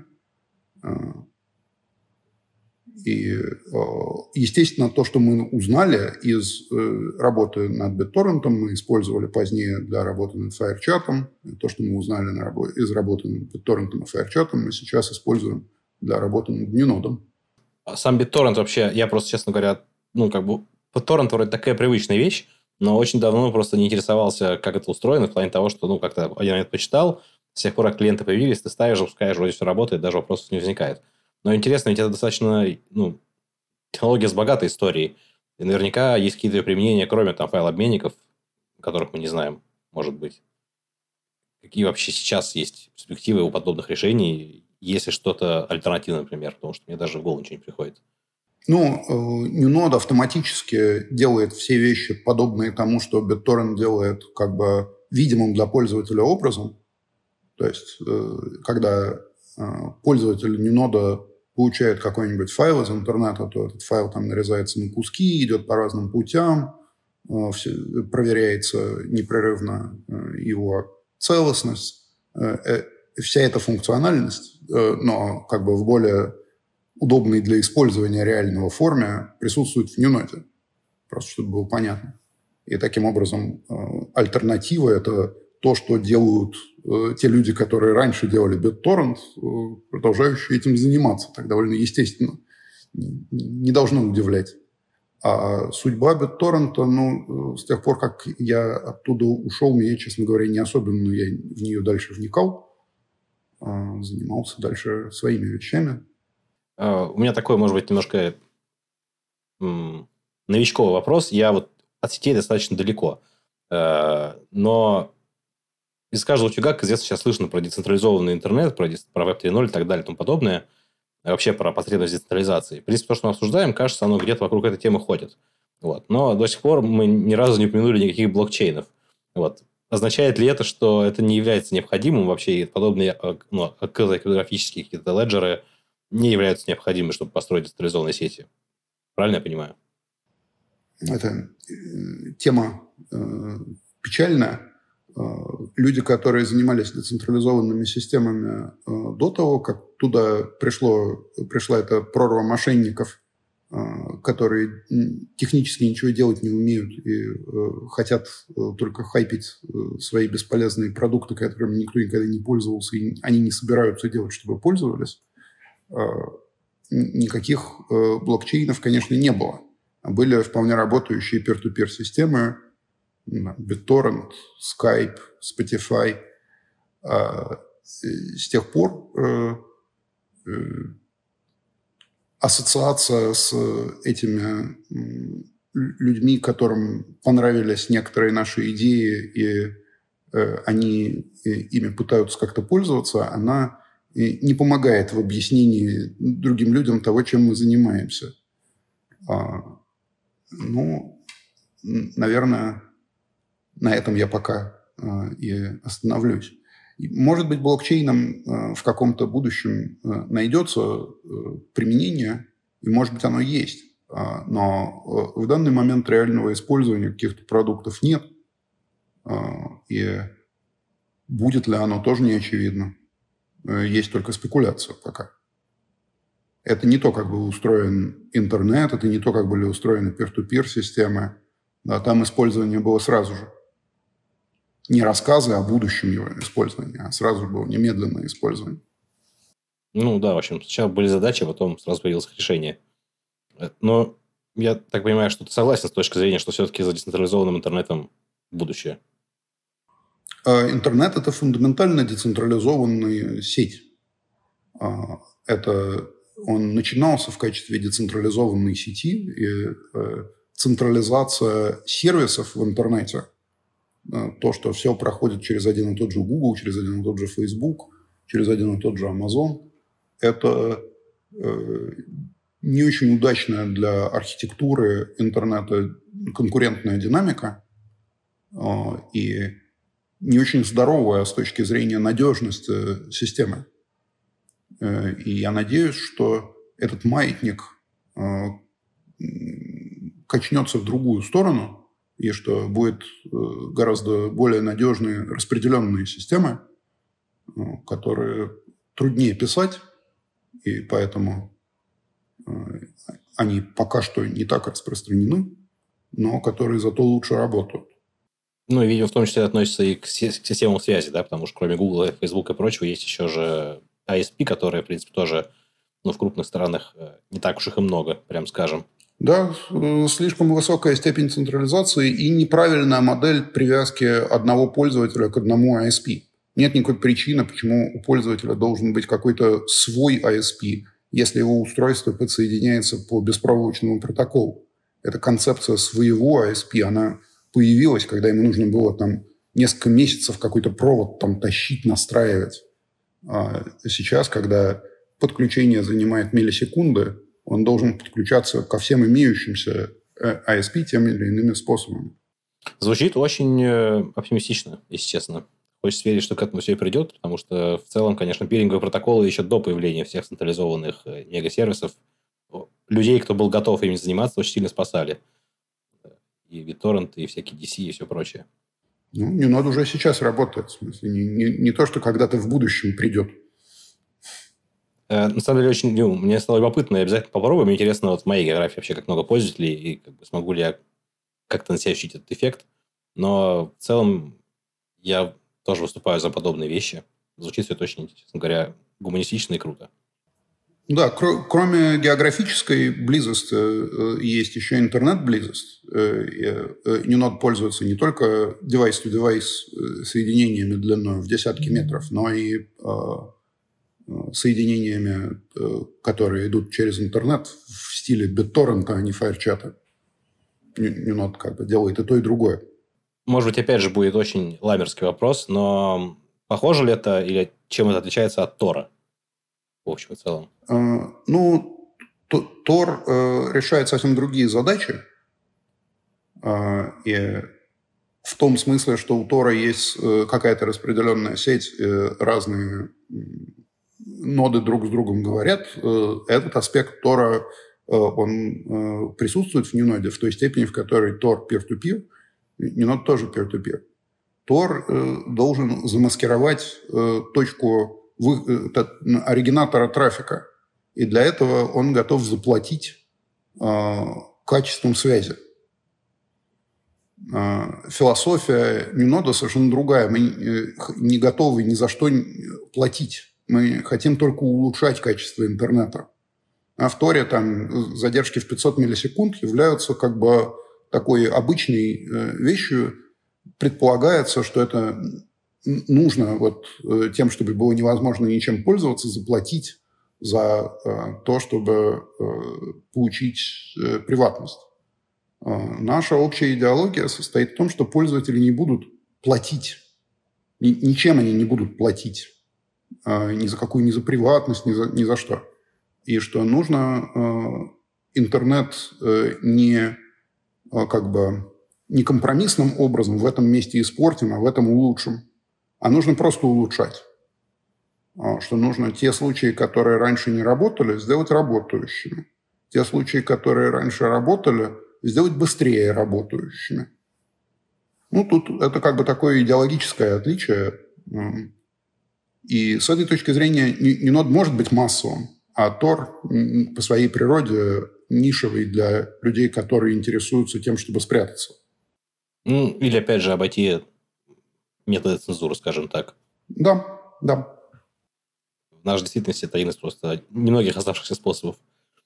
И, естественно, то, что мы узнали из работы над BitTorrent, мы использовали позднее для работы над FireChat. То, что мы узнали на рабо- из работы над BitTorrent и FireChat, мы сейчас используем для работы над Node. Сам BitTorrent вообще, я просто, честно говоря, ну, как бы, BitTorrent вроде такая привычная вещь, но очень давно просто не интересовался, как это устроено, в плане того, что, ну, как-то один момент почитал, с тех пор, как клиенты появились, ты ставишь, запускаешь, вроде все работает, даже вопросов не возникает. Но интересно, ведь это достаточно, ну, технология с богатой историей. И наверняка есть какие-то применения, кроме там файлообменников, которых мы не знаем, может быть. Какие вообще сейчас есть перспективы у подобных решений, если что-то альтернативное, например, потому что мне даже в голову ничего не приходит. Ну, Node автоматически делает все вещи, подобные тому, что BitTorrent делает, как бы видимым для пользователя образом. То есть, когда пользователь Node получает какой-нибудь файл из интернета, то этот файл там нарезается на куски, идет по разным путям, все, проверяется непрерывно его целостность. Вся эта функциональность, но как бы в более удобной для использования реального форме, присутствует в Node. Просто чтобы было понятно. И таким образом альтернатива – это то, что делают э, те люди, которые раньше делали BitTorrent, э, продолжающие этим заниматься. Так довольно естественно. Не, не должно удивлять. А судьба BitTorrent, ну, с тех пор, как я оттуда ушел, я, честно говоря, не особенно я в нее дальше вникал, а занимался дальше своими вещами. Uh, у меня такой, может быть, немножко м- новичковый вопрос. Я вот от сетей достаточно далеко. Uh, но из каждого утюга, как известно, сейчас слышно про децентрализованный интернет, про, про веб три ноль и так далее и тому подобное. Вообще про потребность децентрализации. В принципе, то, что мы обсуждаем, кажется, оно где-то вокруг этой темы ходит. Вот. Но до сих пор мы ни разу не упомянули никаких блокчейнов. Вот. Означает ли это, что это не является необходимым вообще, и подобные ну, криптографические какие-то леджеры не являются необходимыми, чтобы построить децентрализованные сети? Правильно я понимаю? Это тема э, печальная. Люди, которые занимались децентрализованными системами э, до того, как туда пришло, пришла эта прорва мошенников, э, которые технически ничего делать не умеют и э, хотят э, только хайпить э, свои бесполезные продукты, которыми никто никогда не пользовался, и они не собираются делать, чтобы пользовались, э, никаких э, блокчейнов, конечно, не было. Были вполне работающие пир-ту-пир системы, BitTorrent, Skype, Spotify. С тех пор ассоциация с этими людьми, которым понравились некоторые наши идеи, и они ими пытаются как-то пользоваться, она не помогает в объяснении другим людям того, чем мы занимаемся. Ну, наверное, на этом я пока э, и остановлюсь. Может быть, блокчейном э, в каком-то будущем э, найдется э, применение, и, может быть, оно есть. Э, но э, в данный момент реального использования каких-то продуктов нет. Э, и будет ли оно, тоже не очевидно. Э, есть только спекуляция пока. Это не то, как был устроен интернет, это не то, как были устроены пир-ту-пир системы. Да, там использование было сразу же. Не рассказы о будущем его использовании, а сразу было немедленное использование. Ну да, в общем, сначала были задачи, а потом сразу появилось решение. Но я так понимаю, что ты согласен с точки зрения, что все-таки за децентрализованным интернетом будущее? Интернет – это фундаментально децентрализованная сеть. Это он начинался в качестве децентрализованной сети, и централизация сервисов в интернете, то, что все проходит через один и тот же Google, через один и тот же Facebook, через один и тот же Amazon, это э, не очень удачная для архитектуры интернета конкурентная динамика э, и не очень здоровая с точки зрения надежности системы. Э, и я надеюсь, что этот маятник э, качнется в другую сторону, и что будет гораздо более надежные распределенные системы, которые труднее писать, и поэтому они пока что не так распространены, но которые зато лучше работают. Ну, и, видимо, в том числе относится и к системам связи, да, потому что кроме Google, Facebook и прочего есть еще же ай эс пи, которые, в принципе, тоже ну, в крупных странах не так уж их и много, прям скажем. Да, слишком высокая степень централизации и неправильная модель привязки одного пользователя к одному ай эс пи. Нет никакой причины, почему у пользователя должен быть какой-то свой ай эс пи, если его устройство подсоединяется по беспроводочному протоколу. Эта концепция своего ай эс пи, она появилась, когда ему нужно было там несколько месяцев какой-то провод там тащить, настраивать. А сейчас, когда подключение занимает миллисекунды, он должен подключаться ко всем имеющимся ай эс пи теми или иными способами. Звучит очень оптимистично, если честно. Хочется верить, что к этому все и придет, потому что в целом, конечно, пиринговые протоколы еще до появления всех централизованных мегасервисов людей, кто был готов ими заниматься, очень сильно спасали. И BitTorrent, и всякие ди си, и все прочее. Ну, не надо уже сейчас работать. В смысле, не, не, не то, что когда-то в будущем придет. На самом деле, очень, ну, мне стало любопытно, я обязательно попробую. Мне интересно, вот в моей географии вообще, как много пользователей, и как бы, смогу ли я как-то на себя ощутить этот эффект. Но в целом я тоже выступаю за подобные вещи. Звучит все это очень, честно говоря, гуманистично и круто. Да, кр- кроме географической близости э, есть еще интернет-близость. Э, э, Ninode пользуется не только девайс-to-девайс соединениями длиной в десятки метров, но и э, соединениями, э, которые идут через интернет в стиле BitTorrent, а не FireChat. Ninode как бы делает и то, и другое. Может быть, опять же, будет очень ламерский вопрос, но похоже ли это или чем это отличается от Тора в общем и целом? Uh, ну, Тор uh, решает совсем другие задачи. Uh, и в том смысле, что у Тора есть uh, какая-то распределенная сеть, uh, разные ноды друг с другом говорят. Uh, этот аспект Тора, uh, он uh, присутствует в Ninode в той степени, в которой Тор peer-to-peer, Ninode тоже peer-to-peer. Тор uh, должен замаскировать uh, точку вы, uh, оригинатора трафика. И для этого он готов заплатить э, качеством связи. Э, философия Ninode совершенно другая. Мы не готовы ни за что платить. Мы хотим только улучшать качество интернета. А в Торе там задержки в пятьсот миллисекунд являются как бы такой обычной э, вещью. Предполагается, что это нужно вот, э, тем, чтобы было невозможно ничем пользоваться, заплатить за э, то, чтобы э, получить э, приватность. Э, наша общая идеология состоит в том, что пользователи не будут платить. Ни, ничем они не будут платить. Э, ни за какую, ни за приватность, ни за, ни за что. И что нужно э, интернет э, не, э, как бы, не компромиссным образом в этом месте испортим, а в этом улучшим. А нужно просто улучшать. Что нужно те случаи, которые раньше не работали, сделать работающими. Те случаи, которые раньше работали, сделать быстрее работающими. Ну, тут это как бы такое идеологическое отличие. И с этой точки зрения Ninode может быть массовым, а Тор по своей природе нишевый для людей, которые интересуются тем, чтобы спрятаться. Ну, или, опять же, обойти методы цензуры, скажем так. Да, да. В нашей действительности это один из просто немногих оставшихся способов.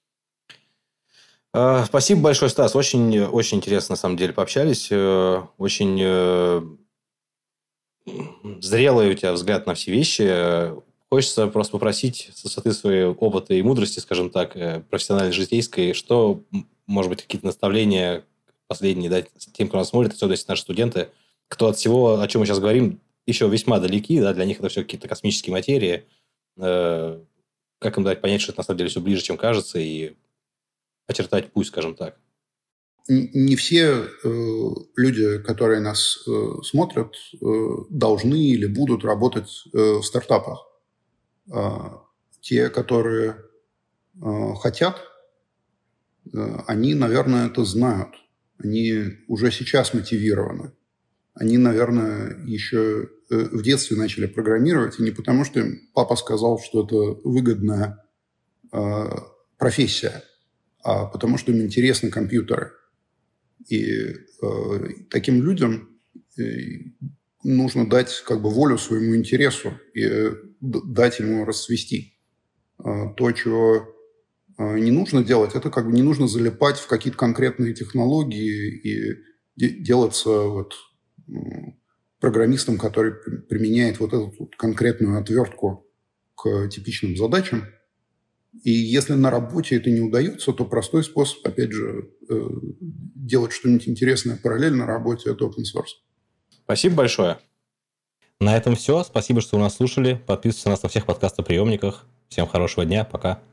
Uh, спасибо большое, Стас. Очень, очень интересно, на самом деле, пообщались. Uh, очень uh, зрелый у тебя взгляд на все вещи. Uh, хочется просто попросить с высоты своей опыта и мудрости, скажем так, профессиональной, житейской, что, может быть, какие-то наставления последние дать тем, кто нас смотрит, особенно если наши студенты, кто от всего, о чем мы сейчас говорим, еще весьма далеки, да, для них это все какие-то космические материи. Как им дать понять, что это на самом деле все ближе, чем кажется, и очертать путь, скажем так? Не все э, люди, которые нас э, смотрят, э, должны или будут работать э, в стартапах. Э, те, которые э, хотят, э, они, наверное, это знают. Они уже сейчас мотивированы. Они, наверное, еще в детстве начали программировать, и не потому, что им папа сказал, что это выгодная э, профессия, а потому, что им интересны компьютеры. И э, таким людям э, нужно дать как бы волю своему интересу и э, дать ему расцвести. Э, то, чего э, не нужно делать, это как бы не нужно залипать в какие-то конкретные технологии и де- делаться вот программистом, который применяет вот эту вот конкретную отвертку к типичным задачам. И если на работе это не удается, то простой способ, опять же, делать что-нибудь интересное параллельно работе – это open source. Спасибо большое. На этом все. Спасибо, что вы нас слушали. Подписывайтесь на нас на всех подкастоприемниках. Всем хорошего дня. Пока.